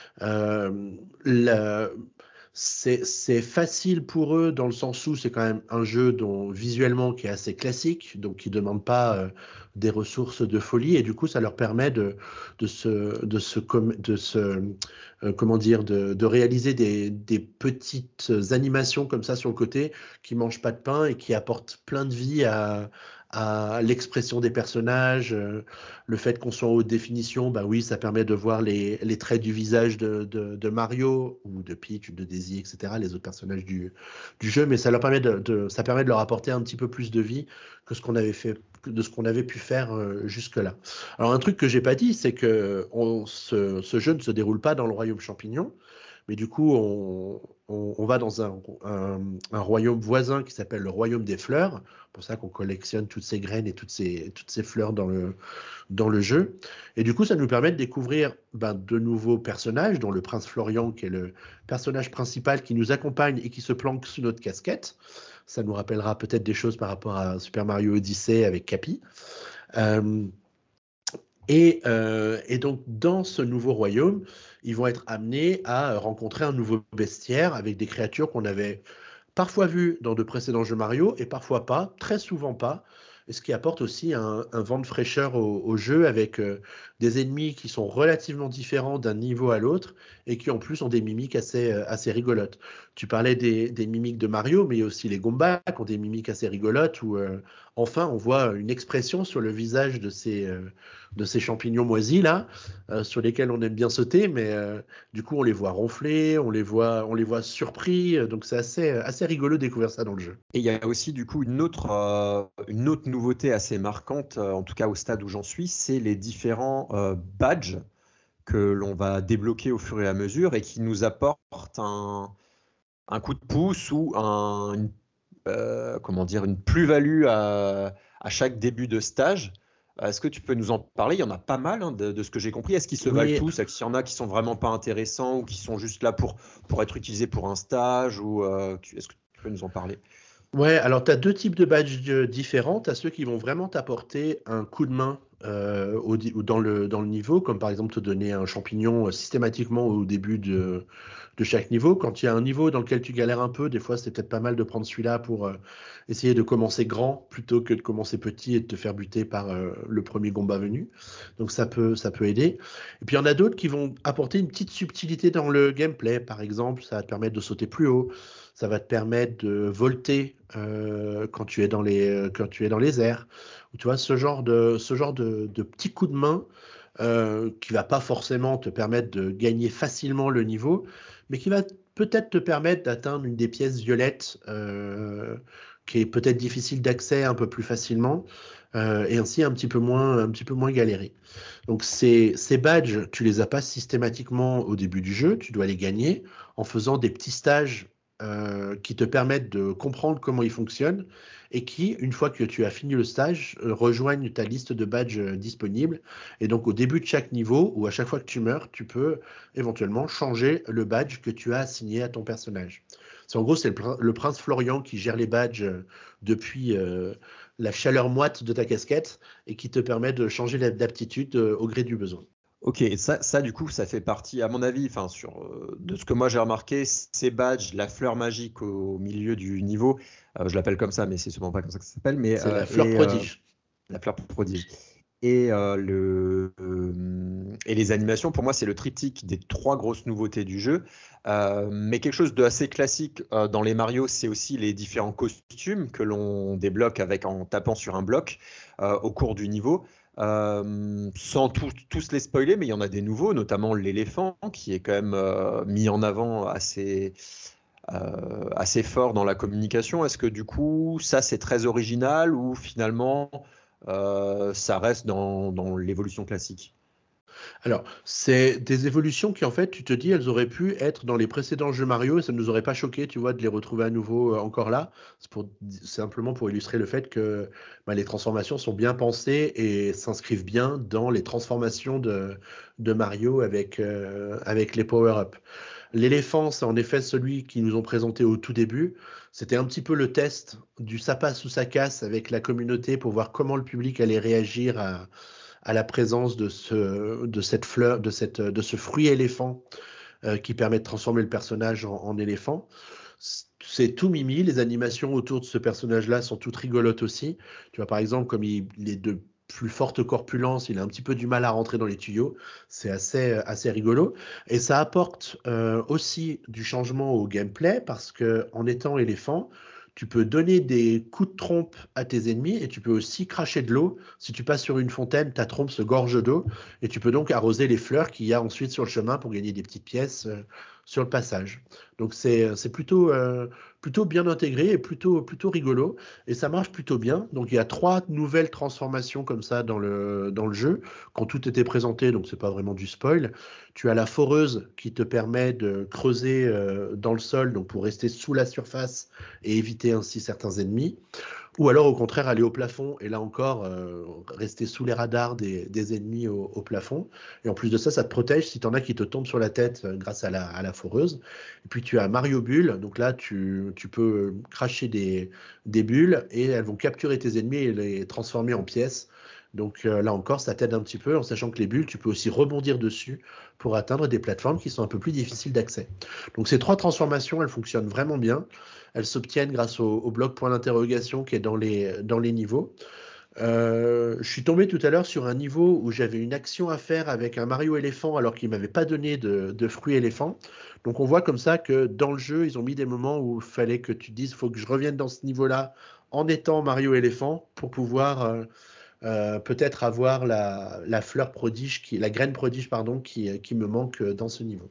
Euh, la- c'est, c'est facile pour eux dans le sens où c'est quand même un jeu dont visuellement qui est assez classique, donc qui demande pas euh, des ressources de folie, et du coup ça leur permet de, de se, de se, com- de se euh, comment dire, de, de réaliser des, des petites animations comme ça sur le côté qui mangent pas de pain et qui apportent plein de vie à, à l'expression des personnages. Euh, le fait qu'on soit en haute définition, bah oui, ça permet de voir les, les traits du visage de, de, de Mario ou de Peach ou de Daisy, et cetera, les autres personnages du, du jeu, mais ça leur permet de, de, ça permet de leur apporter un petit peu plus de vie que ce qu'on avait fait, de ce qu'on avait pu faire euh, jusque-là. Alors un truc que j'ai pas dit, c'est que on, ce, ce jeu ne se déroule pas dans le royaume champignon, mais du coup on, on, on va dans un, un, un royaume voisin qui s'appelle le royaume des fleurs. C'est pour ça qu'on collectionne toutes ces graines et toutes ces, toutes ces fleurs dans le, dans le jeu. Et du coup, ça nous permet de découvrir ben, de nouveaux personnages, dont le prince Florian, qui est le personnage principal qui nous accompagne et qui se planque sous notre casquette. Ça nous rappellera peut-être des choses par rapport à Super Mario Odyssey avec Cappy. Euh, et, euh, et donc, dans ce nouveau royaume, ils vont être amenés à rencontrer un nouveau bestiaire avec des créatures qu'on avait parfois vues dans de précédents jeux Mario et parfois pas, très souvent pas. Et ce qui apporte aussi un, un vent de fraîcheur au, au jeu avec euh, des ennemis qui sont relativement différents d'un niveau à l'autre et qui en plus ont des mimiques assez, euh, assez rigolotes. Tu parlais des, des mimiques de Mario, mais il y a aussi les Goombas qui ont des mimiques assez rigolotes où euh, enfin on voit une expression sur le visage de ces, euh, de ces champignons moisis là, euh, sur lesquels on aime bien sauter, mais euh, du coup on les voit ronfler, on les voit, on les voit surpris, euh, donc c'est assez, assez rigolo de découvrir ça dans le jeu. Et il y a aussi du coup une autre, euh, une autre nouveauté assez marquante, euh, en tout cas au stade où j'en suis, c'est les différents euh, badges que l'on va débloquer au fur et à mesure et qui nous apportent un, un coup de pouce ou un, une, euh, comment dire, une plus-value à, à chaque début de stage. Est-ce que tu peux nous en parler? Il y en a pas mal hein, de, de ce que j'ai compris. Est-ce qu'ils se Oui. valent tous? Est-ce qu'il y en a qui sont vraiment pas intéressants ou qui sont juste là pour, pour être utilisés pour un stage ou, euh, tu- Est-ce que tu peux nous en parler? Ouais, alors tu as deux types de badges euh, différents. Tu as ceux qui vont vraiment t'apporter un coup de main euh, au, di- ou dans le, dans le niveau, comme par exemple te donner un champignon euh, systématiquement au début de, de chaque niveau. Quand il y a un niveau dans lequel tu galères un peu, des fois c'est peut-être pas mal de prendre celui-là pour euh, essayer de commencer grand plutôt que de commencer petit et de te faire buter par euh, le premier combat venu. Donc ça peut, ça peut aider. Et puis il y en a d'autres qui vont apporter une petite subtilité dans le gameplay. Par exemple, ça va te permettre de sauter plus haut. Ça va te permettre de volter euh, quand tu es dans les euh, quand tu es dans les airs. Tu vois ce genre de ce genre de, de petits coups de main euh, qui va pas forcément te permettre de gagner facilement le niveau, mais qui va peut-être te permettre d'atteindre une des pièces violettes euh, qui est peut-être difficile d'accès un peu plus facilement euh, et ainsi un petit peu moins un petit peu moins galéré. Donc ces, ces badges, tu les as pas systématiquement au début du jeu, tu dois les gagner en faisant des petits stages euh, qui te permettent de comprendre comment ils fonctionnent et qui, une fois que tu as fini le stage, euh, rejoignent ta liste de badges euh, disponibles. Et donc au début de chaque niveau ou à chaque fois que tu meurs, tu peux éventuellement changer le badge que tu as assigné à ton personnage. C'est en gros, c'est le, prin- le prince Florian qui gère les badges euh, depuis euh, la chaleur moite de ta casquette et qui te permet de changer d'aptitude euh, au gré du besoin. Ok, et ça, ça du coup, ça fait partie, à mon avis, enfin, sur, euh, de ce que moi j'ai remarqué, ces badges, la fleur magique au milieu du niveau, euh, je l'appelle comme ça, mais c'est sûrement pas comme ça que ça s'appelle, mais C'est la euh, fleur et euh, prodige. la fleur prodige. Et, euh, le, euh, et les animations, pour moi, c'est le triptyque des trois grosses nouveautés du jeu. Euh, mais quelque chose de assez classique euh, dans les Mario, c'est aussi les différents costumes que l'on débloque avec, en tapant sur un bloc euh, au cours du niveau. Euh, sans tous, tous les spoiler, mais il y en a des nouveaux, notamment l'éléphant, qui est quand même euh, mis en avant assez, euh, assez fort dans la communication. Est-ce que du coup, ça c'est très original ou finalement euh, ça reste dans, dans l'évolution classique? Alors, c'est des évolutions qui, en fait, tu te dis, elles auraient pu être dans les précédents jeux Mario et ça ne nous aurait pas choqué, tu vois, de les retrouver à nouveau euh, encore là. C'est pour, simplement pour illustrer le fait que bah, les transformations sont bien pensées et s'inscrivent bien dans les transformations de, de Mario avec, euh, avec les power-up. L'éléphant, c'est en effet celui qu'ils nous ont présenté au tout début. C'était un petit peu le test du ça passe ou ça casse avec la communauté pour voir comment le public allait réagir à à la présence de ce, de cette fleur, de, cette, de ce fruit éléphant euh, qui permet de transformer le personnage en, en éléphant. C'est tout mimi, les animations autour de ce personnage-là sont toutes rigolotes aussi. Tu vois, par exemple, comme il, il est de plus forte corpulence, il a un petit peu du mal à rentrer dans les tuyaux, c'est assez, assez rigolo. Et ça apporte euh, aussi du changement au gameplay parce que en étant éléphant, tu peux donner des coups de trompe à tes ennemis et tu peux aussi cracher de l'eau. Si tu passes sur une fontaine, ta trompe se gorge d'eau et tu peux donc arroser les fleurs qu'il y a ensuite sur le chemin pour gagner des petites pièces euh, sur le passage. Donc c'est c'est plutôt euh, plutôt bien intégré et plutôt plutôt rigolo et ça marche plutôt bien. Donc il y a trois nouvelles transformations comme ça dans le dans le jeu quand tout était présenté, donc c'est pas vraiment du spoil. Tu as la foreuse qui te permet de creuser euh, dans le sol donc pour rester sous la surface et éviter ainsi certains ennemis. Ou alors au contraire aller au plafond et là encore euh, rester sous les radars des, des ennemis au, au plafond. Et en plus de ça, ça te protège si t'en as qui te tombent sur la tête euh, grâce à la, à la foreuse. Et puis tu as Mario Bulle, donc là tu, tu peux cracher des, des bulles et elles vont capturer tes ennemis et les transformer en pièces. Donc euh, là encore, ça t'aide un petit peu en sachant que les bulles, tu peux aussi rebondir dessus pour atteindre des plateformes qui sont un peu plus difficiles d'accès. Donc ces trois transformations, elles fonctionnent vraiment bien. Elles s'obtiennent grâce au, au bloc point d'interrogation qui est dans les, dans les niveaux. Euh, je suis tombé tout à l'heure sur un niveau où j'avais une action à faire avec un Mario éléphant alors qu'il m'avait pas donné de, de fruits éléphants. Donc on voit comme ça que dans le jeu, ils ont mis des moments où il fallait que tu te dises, faut que je revienne dans ce niveau-là en étant Mario éléphant pour pouvoir euh, euh, peut-être avoir la, la fleur prodige, qui, la graine prodige pardon, qui, qui me manque dans ce niveau.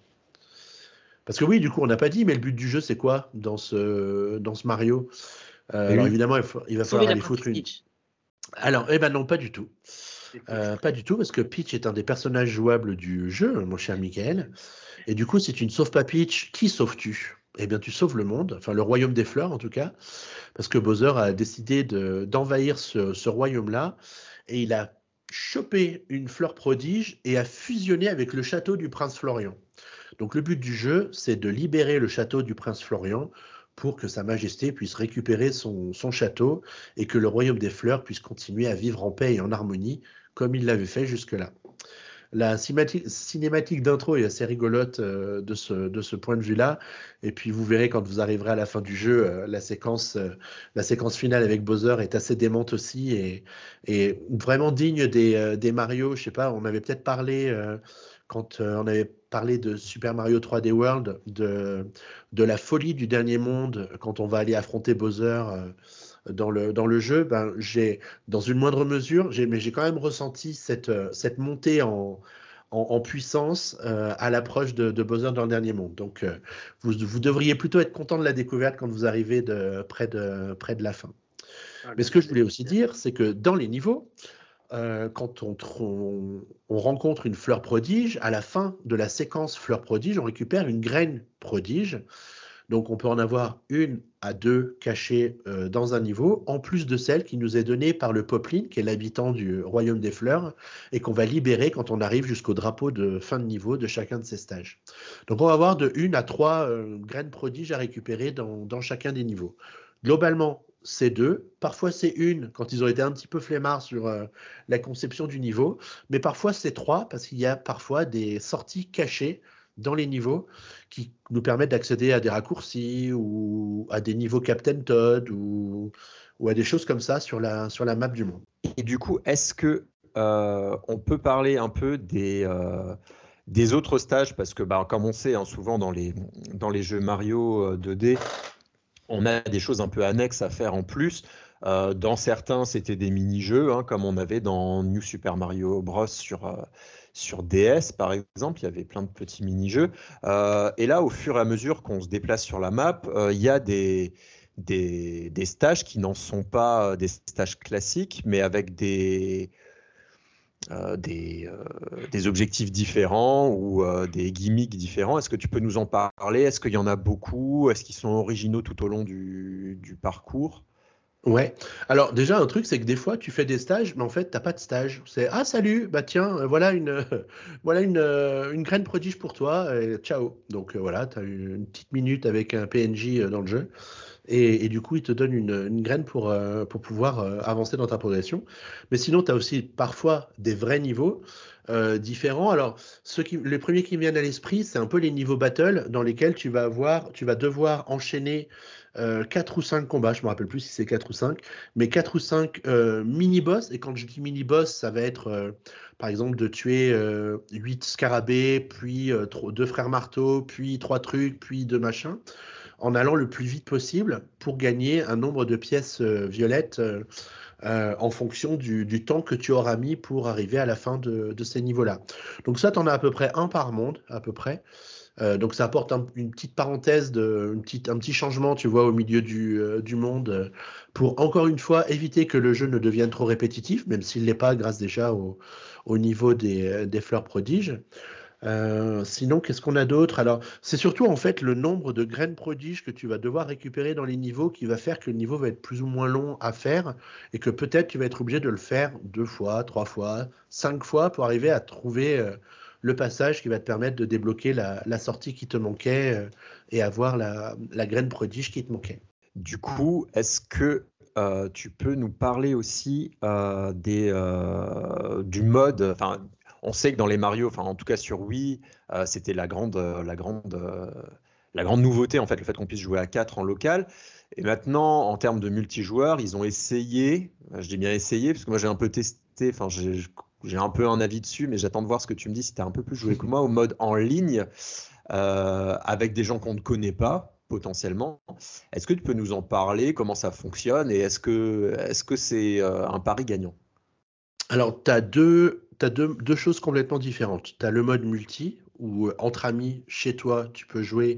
Parce que oui, du coup, on n'a pas dit, mais le but du jeu, c'est quoi dans ce, dans ce Mario? Euh, Et alors oui. évidemment, il, faut- il va Sauver falloir la aller princesse foutre une. Peach. Alors, eh ben non, pas du tout. C'est cool. Euh, pas du tout, parce que Peach est un des personnages jouables du jeu, mon cher Michael. Et du coup, si tu ne sauves pas Peach, qui sauves-tu? eh bien, tu sauves le monde, enfin le royaume des fleurs en tout cas, parce que Bowser a décidé de, d'envahir ce, ce royaume-là, et il a chopé une fleur prodige et a fusionné avec le château du prince Florian. Donc le but du jeu, c'est de libérer le château du prince Florian pour que Sa Majesté puisse récupérer son, son château et que le royaume des fleurs puisse continuer à vivre en paix et en harmonie comme il l'avait fait jusque-là. La cinématique, cinématique d'intro est assez rigolote euh, de, ce, de ce point de vue-là. Et puis vous verrez quand vous arriverez à la fin du jeu, euh, la, séquence, euh, la séquence finale avec Bowser est assez démente aussi et, et vraiment digne des, euh, des Mario. Je sais pas, on avait peut-être parlé euh, quand euh, on avait parlé de Super Mario trois D World, de, de la folie du dernier monde quand on va aller affronter Bowser. Euh, dans le, dans le jeu, ben, j'ai, dans une moindre mesure, j'ai, mais j'ai quand même ressenti cette, cette montée en, en, en puissance euh, à l'approche de, de Bowser dans le dernier monde. Donc, euh, vous, vous devriez plutôt être content de la découverte quand vous arrivez de, près, de, près de la fin. Ah, mais ce que je voulais aussi dire, c'est que dans les niveaux, euh, quand on, on, on rencontre une fleur prodige, à la fin de la séquence fleur prodige, on récupère une graine prodige. Donc, on peut en avoir une à deux cachées euh, dans un niveau, en plus de celle qui nous est donnée par le Poplin, qui est l'habitant du Royaume des Fleurs, et qu'on va libérer quand on arrive jusqu'au drapeau de fin de niveau de chacun de ces stages. Donc, on va avoir de une à trois euh, graines prodiges à récupérer dans, dans chacun des niveaux. Globalement, c'est deux. Parfois, c'est une quand ils ont été un petit peu flemmards sur euh, la conception du niveau, mais parfois, c'est trois parce qu'il y a parfois des sorties cachées dans les niveaux qui nous permettent d'accéder à des raccourcis ou à des niveaux Captain Toad ou, ou à des choses comme ça sur la, sur la map du monde. Et du coup, est-ce que euh, on peut parler un peu des, euh, des autres stages? Parce que, bah, comme on sait, hein, souvent dans les, dans les jeux Mario deux D, on a des choses un peu annexes à faire en plus. Euh, dans certains, c'était des mini-jeux, hein, comme on avait dans New Super Mario Bros. sur... Euh, Sur D S, par exemple, il y avait plein de petits mini-jeux. Euh, et là, au fur et à mesure qu'on se déplace sur la map, euh, il y a des, des, des stages qui n'en sont pas des stages classiques, mais avec des, euh, des, euh, des objectifs différents ou euh, des gimmicks différents. Est-ce que tu peux nous en parler? Est-ce qu'il y en a beaucoup? Est-ce qu'ils sont originaux tout au long du, du parcours? Ouais. Alors déjà un truc c'est que des fois tu fais des stages mais en fait t'as pas de stage. C'est ah salut bah tiens euh, voilà une euh, voilà une euh, une graine prodige pour toi et ciao. Donc euh, voilà t'as eu une petite minute avec un P N J euh, dans le jeu et, et du coup il te donne une, une graine pour euh, pour pouvoir euh, avancer dans ta progression. Mais sinon t'as aussi parfois des vrais niveaux euh, différents. Alors ceux qui les premiers qui me viennent à l'esprit c'est un peu les niveaux battle dans lesquels tu vas avoir tu vas devoir enchaîner Euh, quatre ou cinq combats, je me rappelle plus si c'est quatre ou cinq, mais quatre ou cinq euh, mini-boss, et quand je dis mini-boss, ça va être euh, par exemple de tuer euh, huit scarabées, puis euh, deux frères marteaux, puis trois trucs, puis deux machins, en allant le plus vite possible pour gagner un nombre de pièces euh, violettes euh, euh, en fonction du, du temps que tu auras mis pour arriver à la fin de, de ces niveaux-là. Donc ça, tu en as à peu près un par monde, à peu près. Euh, donc ça apporte un, une petite parenthèse, de, une petite, un petit changement, tu vois, au milieu du, euh, du monde, euh, pour encore une fois éviter que le jeu ne devienne trop répétitif, même s'il ne l'est pas grâce déjà au, au niveau des, des fleurs prodiges. Euh, sinon, qu'est-ce qu'on a d'autre? Alors, c'est surtout en fait le nombre de graines prodiges que tu vas devoir récupérer dans les niveaux qui va faire que le niveau va être plus ou moins long à faire et que peut-être tu vas être obligé de le faire deux fois, trois fois, cinq fois pour arriver à trouver euh, le passage qui va te permettre de débloquer la, la sortie qui te manquait euh, et avoir la, la graine prodige qui te manquait. Du coup, est-ce que euh, tu peux nous parler aussi euh, des, euh, du mode, enfin, on sait que dans les Mario, enfin en tout cas sur Wii, euh, c'était la grande, la, grande, euh, la grande nouveauté, en fait, le fait qu'on puisse jouer à quatre en local. Et maintenant, en termes de multijoueur, ils ont essayé, je dis bien essayé, parce que moi j'ai un peu testé, enfin j'ai, j'ai un peu un avis dessus, mais j'attends de voir ce que tu me dis si tu as un peu plus joué que moi, au mode en ligne, euh, avec des gens qu'on ne connaît pas, potentiellement. Est-ce que tu peux nous en parler, comment ça fonctionne, et est-ce que est-ce que c'est euh, un pari gagnant? Alors, tu as deux, t'as deux, deux choses complètement différentes. Tu as le mode multi, où euh, entre amis, chez toi, tu peux jouer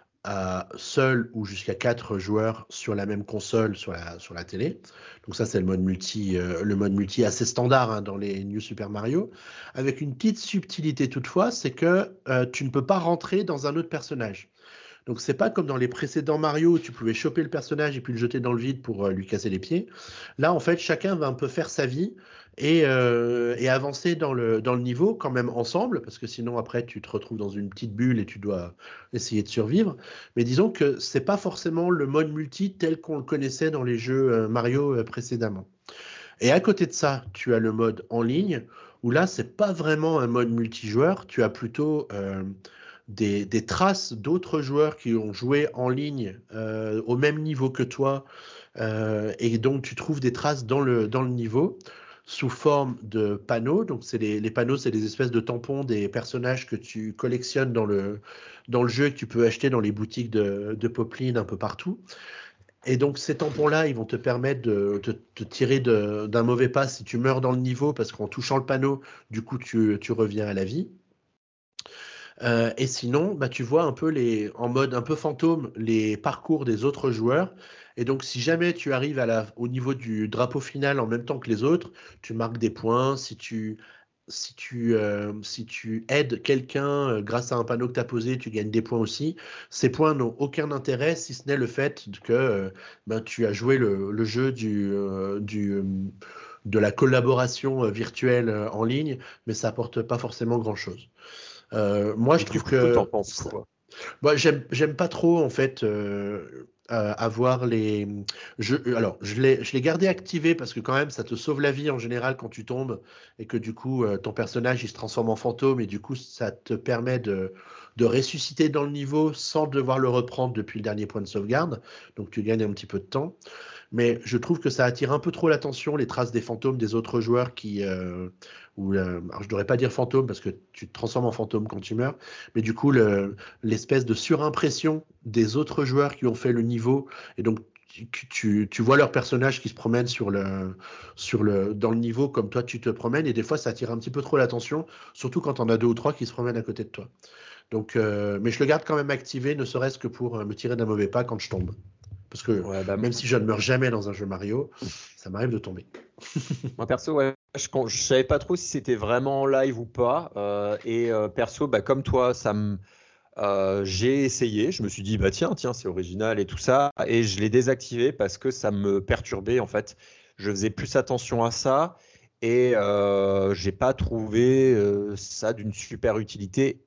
à seul ou jusqu'à quatre joueurs sur la même console, sur la, sur la télé. Donc ça, c'est le mode multi, euh, le mode multi assez standard hein, dans les New Super Mario. Avec une petite subtilité toutefois, c'est que euh, tu ne peux pas rentrer dans un autre personnage. Donc c'est pas comme dans les précédents Mario où tu pouvais choper le personnage et puis le jeter dans le vide pour euh, lui casser les pieds. Là, en fait, chacun va un peu faire sa vie et, euh, et avancer dans le, dans le niveau quand même ensemble, parce que sinon après tu te retrouves dans une petite bulle et tu dois essayer de survivre. Mais disons que c'est pas forcément le mode multi tel qu'on le connaissait dans les jeux euh, Mario euh, précédemment. Et à côté de ça, tu as le mode en ligne, où là, c'est pas vraiment un mode multijoueur, tu as plutôt euh, des, des traces d'autres joueurs qui ont joué en ligne euh, au même niveau que toi, euh, et donc tu trouves des traces dans le, dans le niveau sous forme de panneaux. Donc c'est les, les panneaux, c'est des espèces de tampons des personnages que tu collectionnes dans le, dans le jeu et que tu peux acheter dans les boutiques de, de Poplin un peu partout. Et donc ces tampons-là, ils vont te permettre de te, te tirer de, d'un mauvais pas si tu meurs dans le niveau, parce qu'en touchant le panneau, du coup, tu, tu reviens à la vie. Euh, et sinon, bah, tu vois un peu les, en mode un peu fantôme les parcours des autres joueurs. Et donc, si jamais tu arrives à la, au niveau du drapeau final en même temps que les autres, tu marques des points. Si tu, si tu, euh, si tu aides quelqu'un euh, grâce à un panneau que tu as posé, tu gagnes des points aussi. Ces points n'ont aucun intérêt si ce n'est le fait que euh, ben, tu as joué le, le jeu du, euh, du, euh, de la collaboration euh, virtuelle euh, en ligne, mais ça apporte pas forcément grand-chose. Euh, moi, Et je du trouve coup, que t'en penses ça- quoi? moi, j'aime, j'aime pas trop en fait euh, euh, avoir les. Je, alors, je l'ai, je l'ai gardé activé parce que quand même, ça te sauve la vie en général quand tu tombes et que du coup, euh, ton personnage il se transforme en fantôme et du coup, ça te permet de, de ressusciter dans le niveau sans devoir le reprendre depuis le dernier point de sauvegarde. Donc, tu gagnes un petit peu de temps. Mais je trouve que ça attire un peu trop l'attention, les traces des fantômes des autres joueurs qui. Euh, ou, euh, alors je ne devrais pas dire fantôme parce que tu te transformes en fantôme quand tu meurs, mais du coup, le, l'espèce de surimpression des autres joueurs qui ont fait le niveau, et donc tu, tu, tu vois leurs personnages qui se promènent sur le, sur le, dans le niveau comme toi tu te promènes, et des fois ça attire un petit peu trop l'attention, surtout quand on a deux ou trois qui se promènent à côté de toi. Donc, euh, mais je le garde quand même activé, ne serait-ce que pour euh, me tirer d'un mauvais pas quand je tombe. Parce que Ouais, bah, même si je ne meurs jamais dans un jeu Mario, ça m'arrive de tomber. moi perso, ouais, je, ne savais pas trop si c'était vraiment en live ou pas. Euh, et euh, perso, bah, comme toi, ça me, euh, j'ai essayé. Je me suis dit, bah tiens, tiens, c'est original et tout ça. Et je l'ai désactivé parce que ça me perturbait en fait. Je faisais plus attention à ça et euh, j'ai pas trouvé euh, ça d'une super utilité.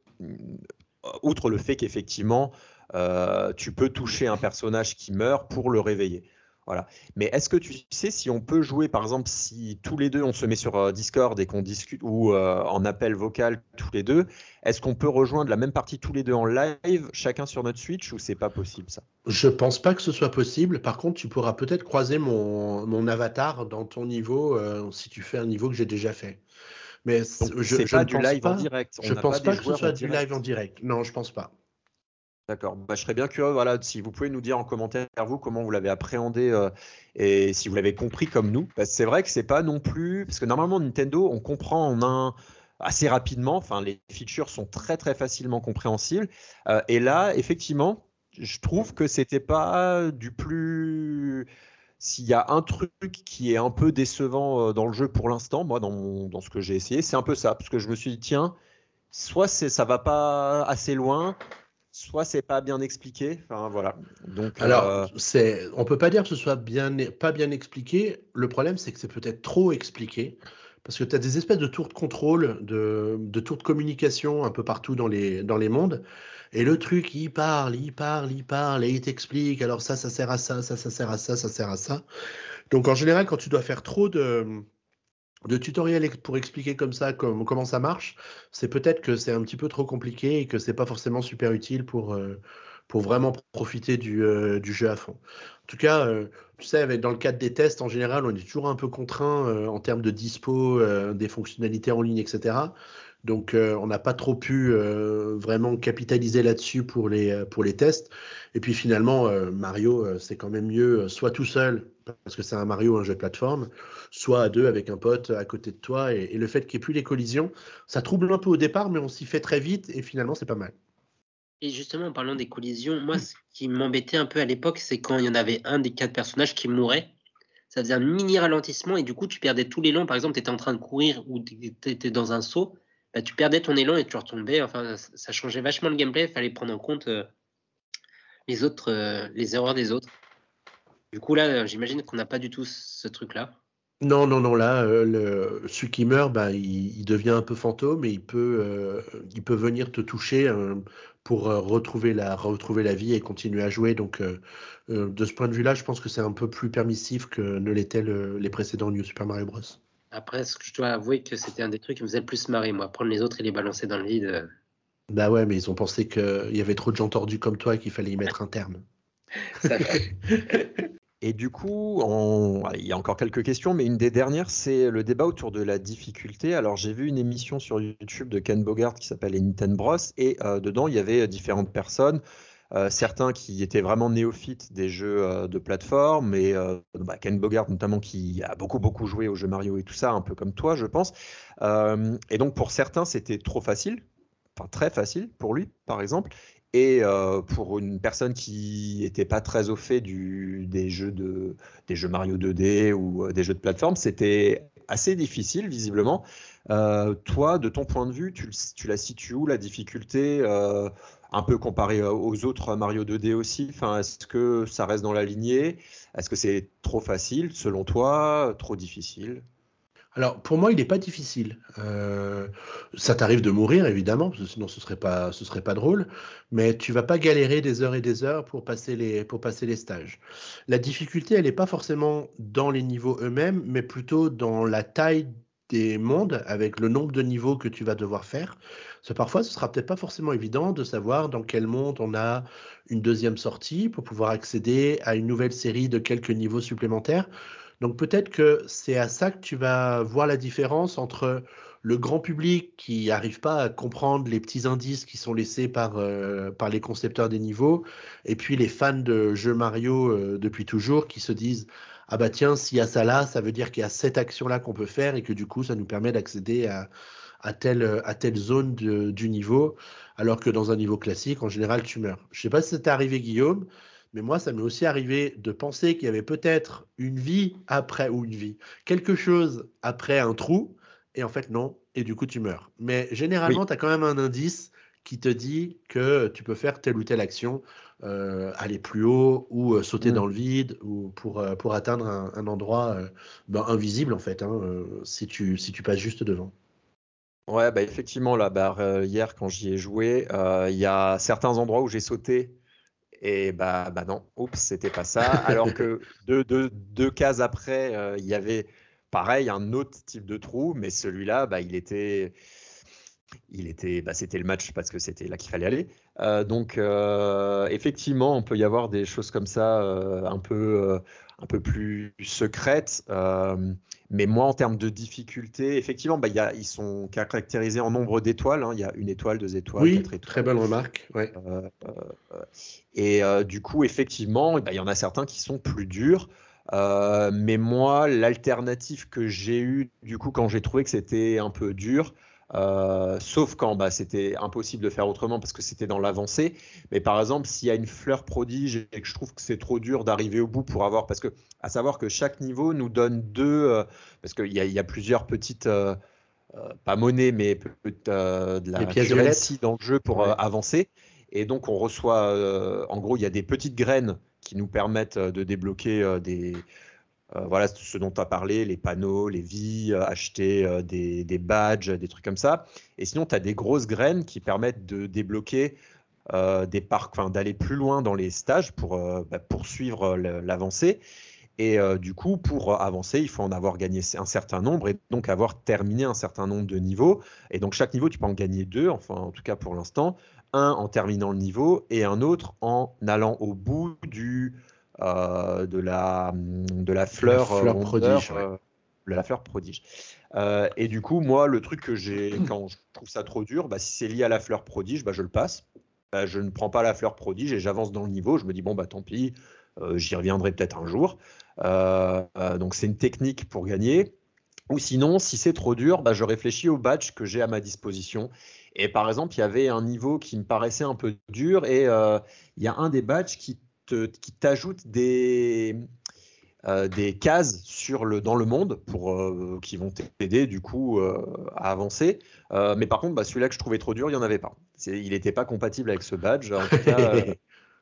Outre le fait qu'effectivement, euh, tu peux toucher un personnage qui meurt pour le réveiller. Voilà. Mais est-ce que tu sais si on peut jouer, par exemple, si tous les deux on se met sur euh, Discord et qu'on discute ou euh, en appel vocal tous les deux, est-ce qu'on peut rejoindre la même partie tous les deux en live, chacun sur notre Switch, ou c'est pas possible ça? Je pense pas que ce soit possible. Par contre, tu pourras peut-être croiser mon, mon avatar dans ton niveau euh, si tu fais un niveau que j'ai déjà fait. Mais Donc je, c'est je pas ne du pense live en pas. direct. On Je n'a pas pense des pas que ce joueurs en soit du live en direct. direct. Non, je pense pas. D'accord. Bah, je serais bien curieux, voilà, si vous pouvez nous dire en commentaire vous comment vous l'avez appréhendé euh, et si vous l'avez compris comme nous. Parce que c'est vrai que c'est pas non plus parce que normalement Nintendo on comprend en un assez rapidement. Enfin, les features sont très très facilement compréhensibles. Euh, et là, effectivement, je trouve que c'était pas du plus. S'il y a un truc qui est un peu décevant euh, dans le jeu pour l'instant, moi dans mon- dans ce que j'ai essayé, c'est un peu ça parce que je me suis dit tiens, soit c'est ça va pas assez loin soit c'est pas bien expliqué. Enfin voilà. Donc Alors, euh, c'est, on peut pas dire que ce soit bien, pas bien expliqué. Le problème, c'est que c'est peut-être trop expliqué. Parce que tu as des espèces de tours de contrôle, de, de tours de communication un peu partout dans les, dans les mondes. Et le truc, il parle, il parle, il parle, et il t'explique. Alors ça, ça sert à ça, ça, ça sert à ça, ça sert à ça. Donc en général, quand tu dois faire trop de, de tutoriels ex- pour expliquer comme ça comme, comment ça marche, c'est peut-être que c'est un petit peu trop compliqué et que c'est pas forcément super utile pour, euh, pour vraiment profiter du, euh, du jeu à fond. En tout cas, euh, tu sais, avec, dans le cadre des tests, en général, on est toujours un peu contraint euh, en termes de dispo, euh, des fonctionnalités en ligne, et cetera. Donc, euh, on n'a pas trop pu euh, vraiment capitaliser là-dessus pour les, euh, pour les tests. Et puis finalement, euh, Mario, euh, c'est quand même mieux, euh, soit tout seul, parce que c'est un Mario, un jeu de plateforme, soit à deux avec un pote à côté de toi. Et, et le fait qu'il n'y ait plus les collisions, ça trouble un peu au départ, mais on s'y fait très vite et finalement, c'est pas mal. Et justement, en parlant des collisions, moi, ce qui m'embêtait un peu à l'époque, c'est quand il y en avait un des quatre personnages qui mourait. Ça faisait un mini ralentissement et du coup, tu perdais tout l'élan. Par exemple, tu étais en train de courir ou tu étais dans un saut, bah, tu perdais ton élan et tu retombais. Enfin, ça changeait vachement le gameplay. Il fallait prendre en compte euh, les autres, euh, les erreurs des autres. Du coup, là, j'imagine qu'on n'a pas du tout ce truc-là. Non, non, non, là, euh, le, celui qui meurt, bah, il, il devient un peu fantôme et il peut, euh, il peut venir te toucher euh, pour euh, retrouver la, retrouver la vie et continuer à jouer. Donc, euh, euh, de ce point de vue-là, je pense que c'est un peu plus permissif que ne l'étaient le- les précédents New Super Mario Bros. Après, ce que je dois avouer que c'était un des trucs qui me faisait le plus marrer, moi. Prendre les autres et les balancer dans le vide. euh, Bah ouais, mais ils ont pensé qu'il y avait trop de gens tordus comme toi et qu'il fallait y mettre un terme. Ça, Et du coup, on- il y a encore quelques questions, mais une des dernières, c'est le débat autour de la difficulté. Alors, j'ai vu une émission sur YouTube de Ken Bogart qui s'appelle les Nintendo Bros. Et euh, dedans, il y avait différentes personnes, euh, certains qui étaient vraiment néophytes des jeux euh, de plateforme, et euh, bah, Ken Bogart notamment qui a beaucoup, beaucoup joué aux jeux Mario et tout ça, un peu comme toi, je pense. Euh, et donc, pour certains, c'était trop facile. Enfin, très facile pour lui, par exemple. Et euh, pour une personne qui n'était pas très au fait du, des, jeux de, des jeux Mario deux D ou euh, des jeux de plateforme, c'était assez difficile, visiblement. Euh, toi, de ton point de vue, tu, tu la situes où, la difficulté, euh, un peu comparée aux autres Mario deux D aussi? Enfin, est-ce que ça reste dans la lignée? Est-ce que c'est trop facile, selon toi? Trop difficile? Alors, pour moi, il n'est pas difficile. Euh, ça t'arrive de mourir, évidemment, parce que sinon ce serait pas, ce serait pas drôle, mais tu vas pas galérer des heures et des heures pour passer les, pour passer les stages. La difficulté, elle n'est pas forcément dans les niveaux eux-mêmes, mais plutôt dans la taille des mondes, avec le nombre de niveaux que tu vas devoir faire. Parce que parfois, ce sera peut-être pas forcément évident de savoir dans quel monde on a une deuxième sortie pour pouvoir accéder à une nouvelle série de quelques niveaux supplémentaires. Donc peut-être que c'est à ça que tu vas voir la différence entre le grand public qui n'arrive pas à comprendre les petits indices qui sont laissés par, euh, par les concepteurs des niveaux, et puis les fans de jeux Mario euh, depuis toujours qui se disent ah bah tiens, s'il y a ça là, ça veut dire qu'il y a cette action-là qu'on peut faire et que du coup ça nous permet d'accéder à, à telle, à telle zone de- du niveau, alors que dans un niveau classique, en général, tu meurs. Je sais pas si ça t'est arrivé, Guillaume, mais moi, ça m'est aussi arrivé de penser qu'il y avait peut-être une vie après, ou une vie, quelque chose après un trou, et en fait, non, et du coup, tu meurs. Mais Oui. généralement, tu as quand même un indice qui te dit que tu peux faire telle ou telle action, euh, aller plus haut, ou euh, sauter Mm. dans le vide, ou pour, euh, pour atteindre un, un endroit euh, ben, invisible, en fait, hein, euh, si tu, si tu passes juste devant. Ouais, bah effectivement, là, bah, euh, hier, quand j'y ai joué, euh, il y a certains endroits où j'ai sauté et bah, bah non, oups, c'était pas ça. Alors que deux, deux, deux cases après, euh, il y avait pareil, un autre type de trou, mais celui-là, bah, il était, il était, bah, c'était le match parce que c'était là qu'il fallait aller. Euh, donc, euh, effectivement, on peut y avoir des choses comme ça, euh, un peu, euh, un peu plus secrètes. Euh, mais moi, en termes de difficulté, effectivement, bah, il y a, ils sont caractérisés en nombre d'étoiles, hein. Il y a une étoile, deux étoiles, Oui, quatre très étoiles. bonne remarque. Ouais. Euh, euh, et euh, du coup, effectivement, eh ben, il y en a certains qui sont plus durs. Euh, mais moi, l'alternative que j'ai eue, du coup, quand j'ai trouvé que c'était un peu dur, euh, sauf quand bah, c'était impossible de faire autrement parce que c'était dans l'avancée. Mais par exemple, s'il y a une fleur prodige et que je trouve que c'est trop dur d'arriver au bout pour avoir, parce que à savoir que chaque niveau nous donne deux, euh, parce qu'il y, a- il y a plusieurs petites, euh, euh, pas monnaie, mais peut- peut- euh, de Les la pièces currency violettes. dans le jeu pour euh, Ouais. avancer. Et donc, on reçoit, euh, en gros, il y a des petites graines qui nous permettent euh, de débloquer euh, des, euh, voilà, ce dont tu as parlé, les panneaux, les vies, euh, acheter euh, des, des badges, des trucs comme ça. Et sinon, tu as des grosses graines qui permettent de débloquer euh, des parcs, enfin, d'aller plus loin dans les stages pour euh, bah, poursuivre euh, l'avancée. Et euh, du coup, pour avancer, il faut en avoir gagné un certain nombre et donc avoir terminé un certain nombre de niveaux. Et donc chaque niveau, tu peux en gagner deux, enfin en tout cas pour l'instant, un en terminant le niveau et un autre en allant au bout du, euh, de, la, de la De la fleur euh, fleur Wonder, prodige, ouais. euh, de la fleur prodige. Euh, et du coup, moi, le truc que j'ai, quand je trouve ça trop dur, bah, si c'est lié à la fleur prodige, bah, je le passe. Bah, je ne prends pas la fleur prodige et j'avance dans le niveau. Je me dis, bon, bah tant pis, euh, j'y reviendrai peut-être un jour. Euh, euh, donc c'est une technique pour gagner. Ou sinon, si c'est trop dur, bah, je réfléchis aux badges que j'ai à ma disposition. Et par exemple, il y avait un niveau qui me paraissait un peu dur et euh, il y a un des badges qui te, qui t'ajoute des, euh, des cases sur le, dans le monde pour, euh, qui vont t'aider du coup euh, à avancer. Euh, mais par contre, bah, celui-là que je trouvais trop dur, il n'y en avait pas. C'est, il n'était pas compatible avec ce badge. En tout cas, euh,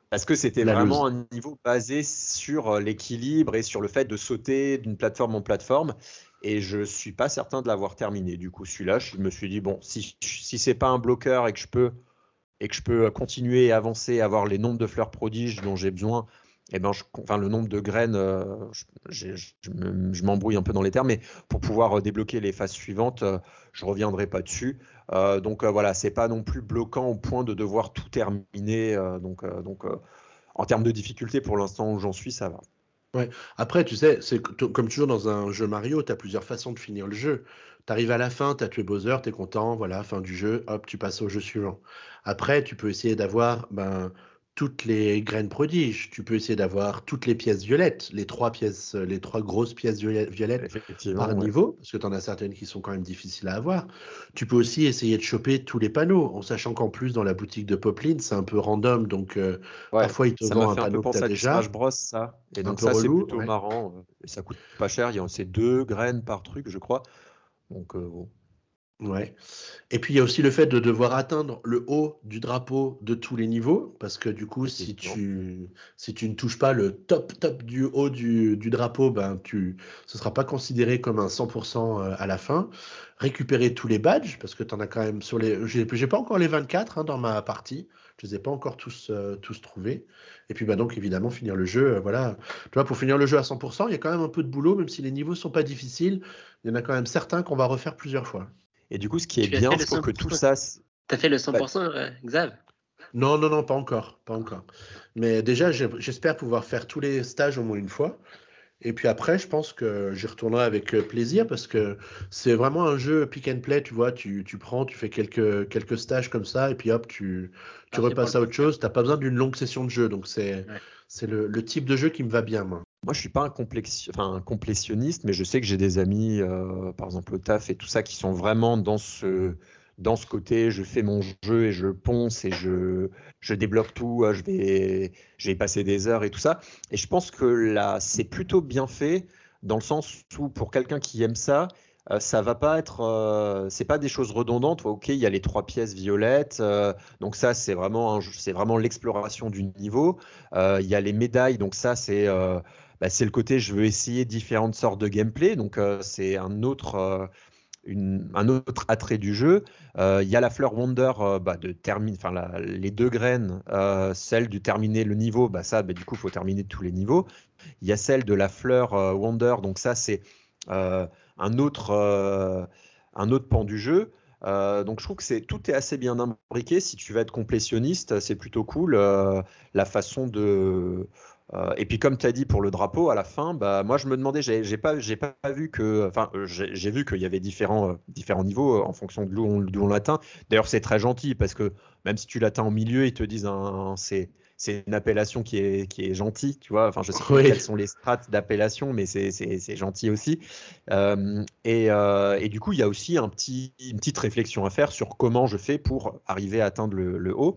Parce que c'était La vraiment loose. un niveau basé sur l'équilibre et sur le fait de sauter d'une plateforme en plateforme. Et je suis pas certain de l'avoir terminé. Du coup, celui-là, je me suis dit, bon, si, si c'est pas un bloqueur et que je peux, et que je peux continuer et avancer, avoir les nombres de fleurs prodiges dont j'ai besoin, eh ben, je, enfin, le nombre de graines, euh, je, je, je, me- je m'embrouille un peu dans les termes, mais pour pouvoir euh, débloquer les phases suivantes, euh, je reviendrai pas dessus. Euh, donc euh, voilà, c'est pas non plus bloquant au point de devoir tout terminer. Euh, donc, euh, donc euh, en termes de difficulté, pour l'instant où j'en suis, ça va. Ouais. Après, tu sais, c'est que- comme toujours dans un jeu Mario, tu as plusieurs façons de finir le jeu. Tu arrives à la fin, tu as tué Bowser, tu es content, voilà, fin du jeu, hop, tu passes au jeu suivant. Après, tu peux essayer d'avoir ben, toutes les graines prodiges, tu peux essayer d'avoir toutes les pièces violettes, les trois pièces, euh, les trois grosses pièces violet- violettes par Effectivement, ouais. niveau, parce que tu en as certaines qui sont quand même difficiles à avoir. Tu peux aussi essayer de choper tous les panneaux, en sachant qu'en plus, dans la boutique de Poplin, c'est un peu random, donc euh, Ouais, parfois il te ça m'a vend un fait un peu panneau que tu as penser à du déjà, Smash Bros, ça. Et un donc peu ça, c'est relou, plutôt ouais. marrant. euh, Et ça coûte pas cher. Il y a c'est deux graines par truc, je crois. Donc euh, bon, Ouais. Et puis il y a aussi le fait de devoir atteindre le haut du drapeau de tous les niveaux, parce que du coup, si effectivement. tu, si tu ne touches pas le top top du haut du, du drapeau, ben tu, ce sera pas considéré comme un cent pour cent à la fin. Récupérer tous les badges, parce que tu en as quand même sur les. J'ai j'ai pas encore les vingt-quatre hein, dans ma partie, je les ai pas encore tous, euh, tous trouvés. Et puis bah, donc évidemment, finir le jeu, euh, voilà. Tu vois, pour finir le jeu à cent pour cent, il y a quand même un peu de boulot, même si les niveaux sont pas difficiles, il y en a quand même certains qu'on va refaire plusieurs fois. Et du coup, ce qui est Tu as fait bien, le je trouve que tout cent pour cent. ça, c'est- T'as fait le bah, cent pour cent, euh, Xav? Non, non, non, pas encore, pas encore. Mais déjà, j'ai- j'espère pouvoir faire tous les stages au moins une fois. Et puis après, je pense que j'y retournerai avec euh, plaisir parce que c'est vraiment un jeu pick and play, tu vois. Tu, tu prends, tu fais quelques, quelques stages comme ça, et puis hop, tu, tu Parfait pour le repasses à autre plaisir. chose. T'as pas besoin d'une longue session de jeu. Donc c'est, Ouais. c'est le, le type de jeu qui me va bien, moi. moi, je suis pas un, complexi- enfin, un complétionniste, mais je sais que j'ai des amis, euh, par exemple au taf et tout ça, qui sont vraiment dans ce, dans ce côté. Je fais mon jeu et je ponce et je, je débloque tout. euh, Je vais, je vais y passer des heures et tout ça. Et je pense que là, c'est plutôt bien fait dans le sens où pour quelqu'un qui aime ça, euh, ça va pas être, euh, c'est pas des choses redondantes. Ok, il y a les trois pièces violettes, euh, donc ça c'est vraiment, un jeu- c'est vraiment l'exploration du niveau. Euh, Il y a les médailles, donc ça c'est euh, bah, c'est le côté je veux essayer différentes sortes de gameplay. Donc euh, c'est un autre, euh, une- un autre attrait du jeu. Euh, Il y a la fleur Wonder euh, bah, de terminer, enfin la- les deux graines, euh, celle de terminer le niveau, bah, ça bah, du coup il faut terminer tous les niveaux. Il y a celle de la fleur euh, Wonder, donc ça c'est euh, un autre, euh, un autre pan du jeu. Euh, donc je trouve que c'est tout est assez bien imbriqué. Si tu veux être complétionniste, c'est plutôt cool. Euh, la façon de euh, et puis comme tu as dit pour le drapeau à la fin, bah moi je me demandais, j'ai j'ai pas j'ai pas vu que, enfin euh, j'ai j'ai vu qu'il y avait différents euh, différents niveaux euh, en fonction de d'où on, d'où on l'atteint. D'ailleurs c'est très gentil parce que même si tu l'atteins au milieu, ils te disent un, c'est c'est une appellation qui est, qui est gentille, tu vois. Enfin, je sais plus Oui. quelles sont les strates d'appellation, mais c'est, c'est, c'est gentil aussi. Euh, et, euh, et du coup, il y a aussi un petit, une petite réflexion à faire sur comment je fais pour arriver à atteindre le, le haut.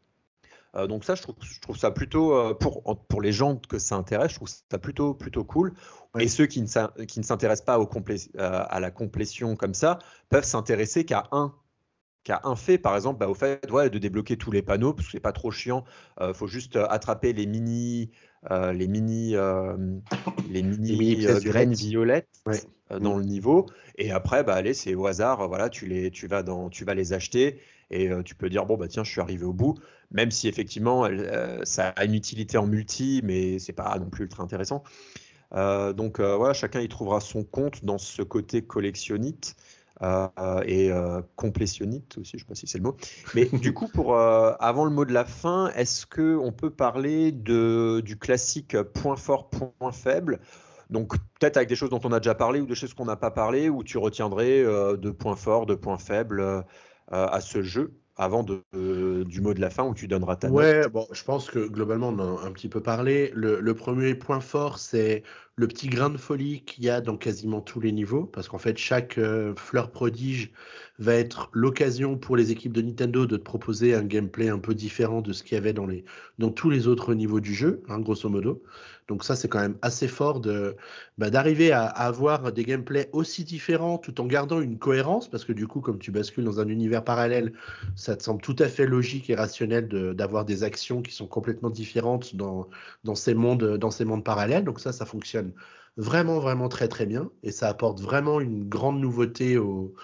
Euh, donc ça, je trouve, je trouve ça plutôt, euh, pour, pour les gens que ça intéresse, je trouve ça plutôt, plutôt cool. Et Ouais. ceux qui ne, s'in- qui ne s'intéressent pas au complé- euh, à la complétion comme ça peuvent s'intéresser qu'à un qu'à un fait, par exemple, bah, au fait ouais, de débloquer tous les panneaux, parce que c'est pas trop chiant. Il euh, faut juste euh, attraper les mini, euh, les mini, euh, les Les mini mini euh, pièces graines violettes. violettes Ouais. euh, Mm. dans le niveau. Et après, bah, allez, c'est au hasard. euh, Voilà, tu les, tu vas dans, tu vas les acheter et euh, tu peux dire bon bah tiens, je suis arrivé au bout. Même si effectivement, elle, euh, ça a une utilité en multi, mais c'est pas non plus ultra intéressant. Euh, donc euh, voilà, chacun y trouvera son compte dans ce côté collectionnite euh, et euh, complétionnite aussi, je ne sais pas si c'est le mot. Mais du coup, pour euh, avant le mot de la fin, est-ce que on peut parler de, du classique point fort, point faible? Donc peut-être avec des choses dont on a déjà parlé ou des choses qu'on n'a pas parlé, où tu retiendrais euh, de points forts, de points faibles euh, à ce jeu avant de, de- du mot de la fin où tu donneras ta Ouais, note. bon, je pense que globalement, on en a un petit peu parlé. Le, le premier point fort, c'est le petit grain de folie qu'il y a dans quasiment tous les niveaux, parce qu'en fait, chaque euh, fleur prodige va être l'occasion pour les équipes de Nintendo de te proposer un gameplay un peu différent de ce qu'il y avait dans, les, dans tous les autres niveaux du jeu, hein, grosso modo. Donc ça, c'est quand même assez fort de, bah, d'arriver à, à avoir des gameplays aussi différents tout en gardant une cohérence, parce que du coup, comme tu bascules dans un univers parallèle, ça te semble tout à fait logique et rationnel de, d'avoir des actions qui sont complètement différentes dans, dans, ces mondes, dans ces mondes parallèles. Donc ça, ça fonctionne vraiment, vraiment très, très bien. Et ça apporte vraiment une grande nouveauté au,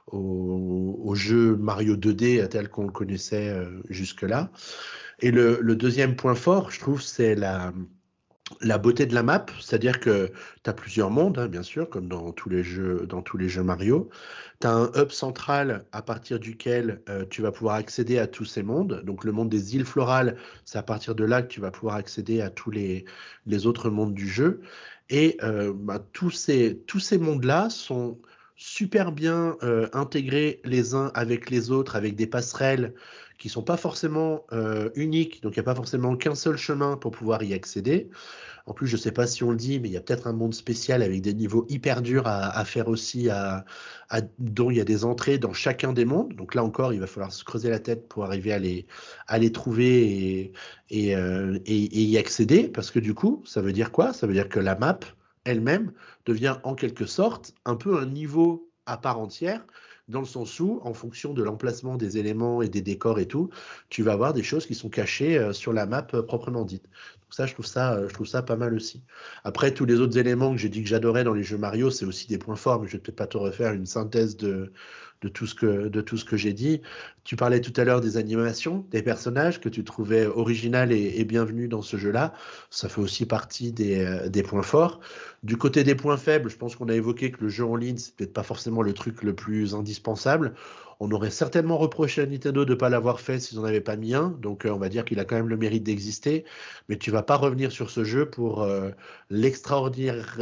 au, au jeu Mario deux D tel qu'on le connaissait euh, jusque-là. Et le, le deuxième point fort, je trouve, c'est la... la beauté de la map, c'est-à-dire que tu as plusieurs mondes, hein, bien sûr, comme dans tous les jeux, dans tous les jeux Mario. Tu as un hub central à partir duquel euh, tu vas pouvoir accéder à tous ces mondes. Donc le monde des îles florales, c'est à partir de là que tu vas pouvoir accéder à tous les, les autres mondes du jeu. Et euh, bah, tous ces, tous ces mondes-là sont super bien euh, intégrés les uns avec les autres, avec des passerelles qui sont pas forcément euh, uniques, donc il n'y a pas forcément qu'un seul chemin pour pouvoir y accéder. En plus, je sais pas si on le dit, mais il y a peut-être un monde spécial avec des niveaux hyper durs à, à faire aussi, à, à, dont il y a des entrées dans chacun des mondes. Donc là encore, il va falloir se creuser la tête pour arriver à les, à les trouver et, et, euh, et, et y accéder, parce que du coup, ça veut dire quoi? Ça veut dire que la map elle-même devient en quelque sorte un peu un niveau à part entière, dans le sens où, en fonction de l'emplacement des éléments et des décors et tout, tu vas avoir des choses qui sont cachées euh, sur la map euh, proprement dite. Donc ça, je trouve ça, euh, je trouve ça pas mal aussi. Après, tous les autres éléments que j'ai dit que j'adorais dans les jeux Mario, c'est aussi des points forts, mais je vais peut-être pas te refaire une synthèse de, de tout ce que, de tout ce que j'ai dit. Tu parlais tout à l'heure des animations, des personnages que tu trouvais originales et, et bienvenus dans ce jeu-là. Ça fait aussi partie des, euh, des points forts. Du côté des points faibles, je pense qu'on a évoqué que le jeu en ligne, c'est peut-être pas forcément le truc le plus indispensable. On aurait certainement reproché à Nintendo de ne pas l'avoir fait s'ils n'en avaient pas mis un. Donc, euh, on va dire qu'il a quand même le mérite d'exister. Mais tu vas pas revenir sur ce jeu pour euh, l'extraordinaire,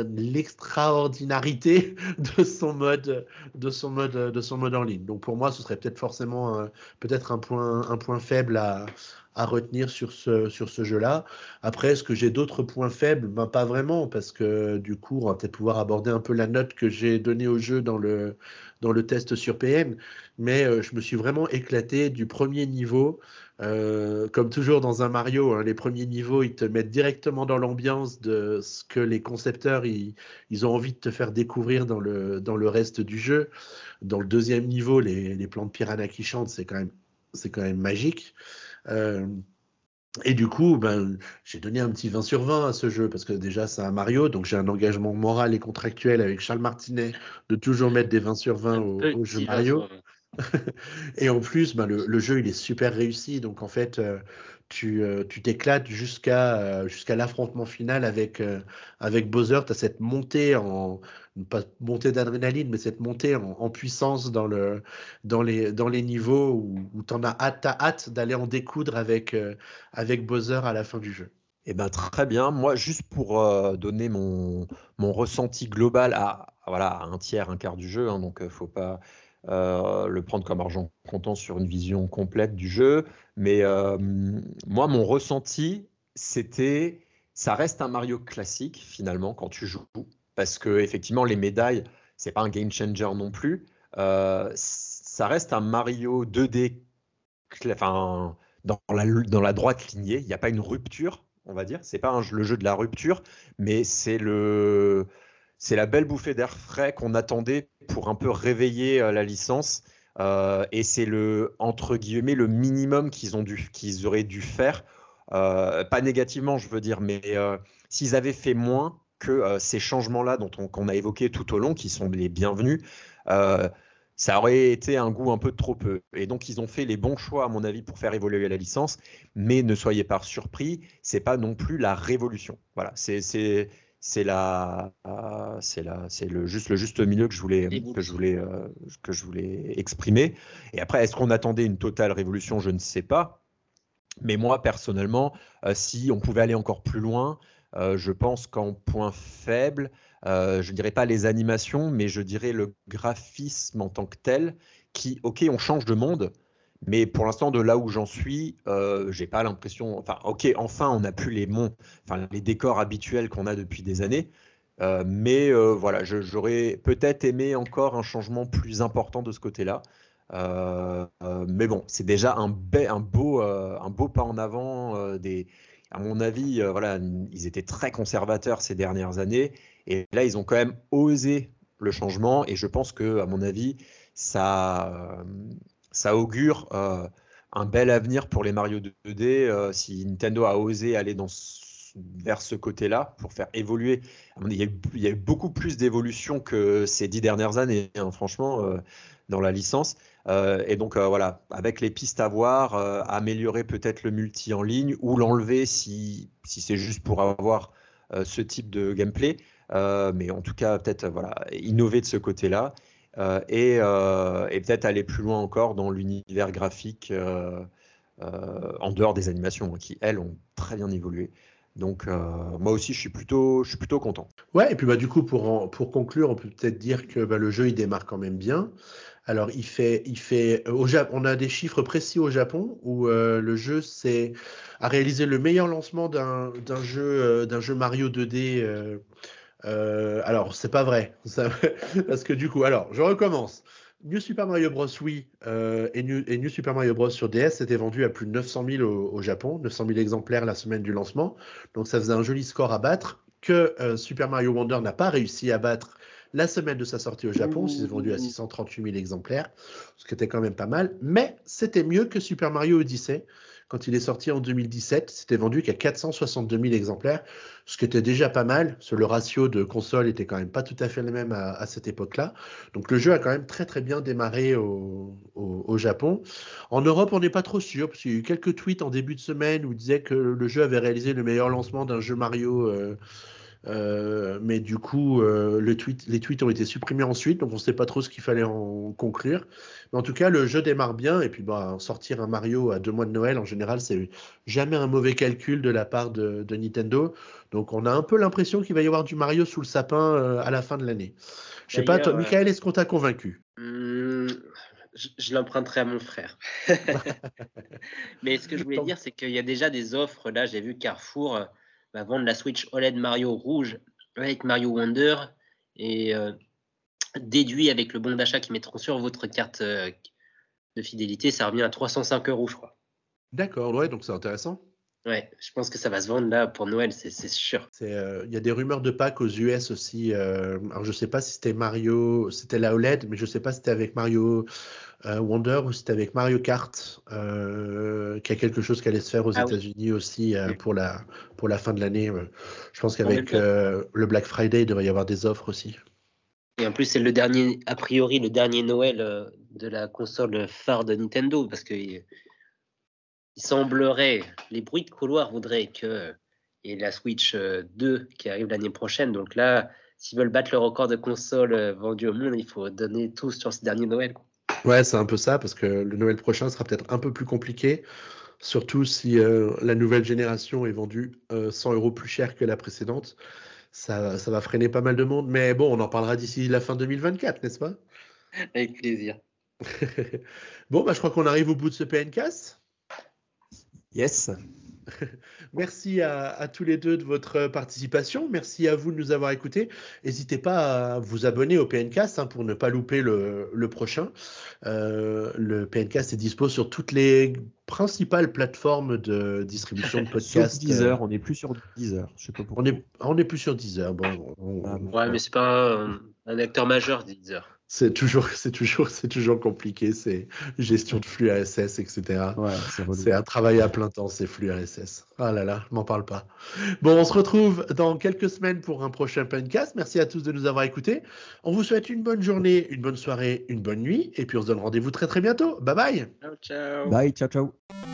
l'extraordinarité de son mode, de son mode, de son mode en ligne. Donc, pour moi, ce serait peut-être forcément euh, peut-être un point, un point faible à, à retenir sur ce, sur ce jeu-là. Après, est-ce que j'ai d'autres points faibles? Ben, pas vraiment, parce que du coup, on va peut-être pouvoir aborder un peu la note que j'ai donnée au jeu dans le, dans le test sur P N. Mais euh, je me suis vraiment éclaté du premier niveau. Euh, comme toujours dans un Mario, hein, les premiers niveaux, ils te mettent directement dans l'ambiance de ce que les concepteurs ils, ils ont envie de te faire découvrir dans le, dans le reste du jeu. Dans le deuxième niveau, les, les plans de piranha qui chantent, c'est quand même, c'est quand même magique. Euh, et du coup, ben, j'ai donné un petit vingt sur vingt à ce jeu, parce que déjà, c'est un Mario, donc j'ai un engagement moral et contractuel avec Charles Martinet de toujours mettre des vingt sur vingt au, au jeu Mario. Et en plus, ben, le, le jeu, il est super réussi, donc en fait, euh, tu euh, tu t'éclates jusqu'à euh, jusqu'à l'affrontement final avec, euh, avec Bowser. Tu as cette montée, en, pas montée d'adrénaline, mais cette montée en, en puissance dans, le, dans, les, dans les niveaux où, où tu en as hâte, t'as hâte d'aller en découdre avec, euh, avec Bowser à la fin du jeu. Eh ben, très bien. Moi, juste pour euh, donner mon, mon ressenti global à, voilà, à un tiers, un quart du jeu, hein, donc il ne faut pas euh, le prendre comme argent comptant sur une vision complète du jeu. Mais euh, moi, mon ressenti, c'était, ça reste un Mario classique finalement quand tu joues, parce que effectivement, les médailles, c'est pas un game changer non plus. Euh, ça reste un Mario deux D, enfin, dans la, dans la droite lignée. Il n'y a pas une rupture, on va dire. C'est pas un, le jeu de la rupture, mais c'est le, c'est la belle bouffée d'air frais qu'on attendait pour un peu réveiller euh, la licence. Euh, et c'est le, entre guillemets, le minimum qu'ils ont dû, qu'ils auraient dû faire. Euh, pas négativement, je veux dire, mais euh, s'ils avaient fait moins que euh, ces changements-là dont on, qu'on a évoqués tout au long, qui sont les bienvenus, euh, ça aurait été un goût un peu de trop peu. Et donc, ils ont fait les bons choix, à mon avis, pour faire évoluer la licence. Mais ne soyez pas surpris, c'est pas non plus la révolution. Voilà, c'est, c'est, c'est la, euh, c'est la, c'est le juste le juste milieu que je voulais, que je voulais, euh, que je voulais exprimer. Et après, est-ce qu'on attendait une totale révolution? Je ne sais pas. Mais moi, personnellement, euh, si on pouvait aller encore plus loin, euh, je pense qu'en point faible, euh, je ne dirais pas les animations, mais je dirais le graphisme en tant que tel, qui, ok, on change de monde, mais pour l'instant, de là où j'en suis, euh, j'ai pas l'impression. Enfin, ok, enfin, on n'a plus les monts, enfin les décors habituels qu'on a depuis des années, Euh, mais euh, voilà, je- j'aurais peut-être aimé encore un changement plus important de ce côté-là. Euh, euh, mais bon, c'est déjà un, be- un beau, euh, un beau pas en avant. Euh, des, à mon avis, euh, voilà, ils étaient très conservateurs ces dernières années. Et là, ils ont quand même osé le changement. Et je pense que, à mon avis, ça, euh, ça augure euh, un bel avenir pour les Mario deux D euh, si Nintendo a osé aller dans ce- vers ce côté-là pour faire évoluer. Il y a eu, il y a eu beaucoup plus d'évolution que ces dix dernières années, hein, franchement, euh, dans la licence. Euh, et donc, euh, voilà, avec les pistes à voir, euh, améliorer peut-être le multi en ligne ou l'enlever si, si c'est juste pour avoir euh, ce type de gameplay. Euh, mais en tout cas, peut-être euh, voilà, innover de ce côté-là. Euh, et, euh, et peut-être aller plus loin encore dans l'univers graphique euh, euh, en dehors des animations, hein, qui, elles, ont très bien évolué. Donc, euh, moi aussi, je suis plutôt, je suis plutôt content. Ouais, et puis bah, du coup, pour, en- pour conclure, on peut peut-être dire que bah, le jeu, il démarre quand même bien. Alors, il fait, il fait, au Ja- on a des chiffres précis au Japon où euh, le jeu c'est, a réalisé le meilleur lancement d'un d'un jeu, euh, d'un jeu Mario deux D. Euh, euh, alors, c'est pas vrai. Ça- parce que du coup, alors, je recommence. New Super Mario Bros. Wii euh, et, New, et New Super Mario Bros. Sur D S s'était vendu à plus de neuf cent mille au, au Japon, neuf cent mille exemplaires la semaine du lancement. Donc, ça faisait un joli score à battre que euh, Super Mario Wonder n'a pas réussi à battre la semaine de sa sortie au Japon. Il s'est vendu à six cent trente-huit mille exemplaires, ce qui était quand même pas mal. Mais c'était mieux que Super Mario Odyssey. Quand il est sorti en deux mille dix-sept, c'était vendu qu'à quatre cent soixante-deux mille exemplaires, ce qui était déjà pas mal, parce que le ratio de consoles était quand même pas tout à fait le même à, à cette époque-là. Donc le jeu a quand même très très bien démarré au, au, au Japon. En Europe, on n'est pas trop sûr, parce qu'il y a eu quelques tweets en début de semaine où il disait que le jeu avait réalisé le meilleur lancement d'un jeu Mario. Euh, euh, mais du coup, euh, le tweet, les tweets ont été supprimés ensuite, donc on ne sait pas trop ce qu'il fallait en conclure. Mais en tout cas, le jeu démarre bien, et puis bah, sortir un Mario à deux mois de Noël, en général, c'est jamais un mauvais calcul de la part de, de Nintendo. Donc on a un peu l'impression qu'il va y avoir du Mario sous le sapin euh, à la fin de l'année. Je sais pas, toi, D'ailleurs, euh, Michael, est-ce qu'on t'a convaincu? hum, je, je l'emprunterai à mon frère. Mais ce que je voulais dire, c'est qu'il y a déjà des offres. Là, j'ai vu Carrefour euh, va vendre la Switch O L E D Mario rouge avec Mario Wonder et euh, déduit avec le bon d'achat qu'ils mettront sur votre carte euh, de fidélité, ça revient à trois cent cinq euros, je crois. D'accord, ouais, donc c'est intéressant. Ouais, je pense que ça va se vendre là pour Noël, c'est c'est sûr. C'est, euh, il y a des rumeurs de Pâques aux U S aussi. Euh, alors je sais pas si c'était Mario, c'était la O L E D, mais je sais pas si c'était avec Mario euh, Wonder ou si c'était avec Mario Kart, euh, qu'il y a quelque chose qui allait se faire aux Ah oui. États-Unis aussi euh, Mm. pour la pour la fin de l'année. Euh. Je pense En même qu'avec temps. euh, le Black Friday, il devrait y avoir des offres aussi. Et en plus, c'est le dernier, a priori, le dernier Noël euh, de la console phare de Nintendo, parce que il il semblerait, les bruits de couloir voudraient que il y ait la Switch euh, deux qui arrive l'année prochaine. Donc là, s'ils veulent battre le record de consoles euh, vendues au monde, il faut donner tout sur ce dernier Noël, quoi. Ouais, c'est un peu ça parce que le Noël prochain sera peut-être un peu plus compliqué, surtout si euh, la nouvelle génération est vendue euh, cent euros plus cher que la précédente. Ça, ça va freiner pas mal de monde, mais bon, on en parlera d'ici la fin deux mille vingt-quatre, n'est-ce pas? Avec plaisir. Bon, bah, je crois qu'on arrive au bout de ce P N cast. Yes. Merci à, à tous les deux de votre participation. Merci à vous de nous avoir écoutés. N'hésitez pas à vous abonner au P N cast hein, pour ne pas louper le, le prochain. Euh, le P N cast est dispo sur toutes les principales plateformes de distribution de Sauf podcasts. Deezer, on n'est plus sur Deezer. Je sais pas pourquoi. On est, on est plus sur Deezer. Bon, on- Ah, on- Ouais, mais c'est pas un, un acteur majeur, Deezer. c'est toujours, c'est toujours, c'est toujours compliqué. C'est gestion de flux R S S, et cetera. Ouais, c'est relou. C'est un travail à plein temps, ces flux R S S. Ah là là, m'en parle pas. Bon, on se retrouve dans quelques semaines pour un prochain podcast. Merci à tous de nous avoir écoutés. On vous souhaite une bonne journée, une bonne soirée, une bonne nuit. Et puis on se donne rendez-vous très très bientôt. Bye bye. Ciao, ciao. Bye, ciao, ciao.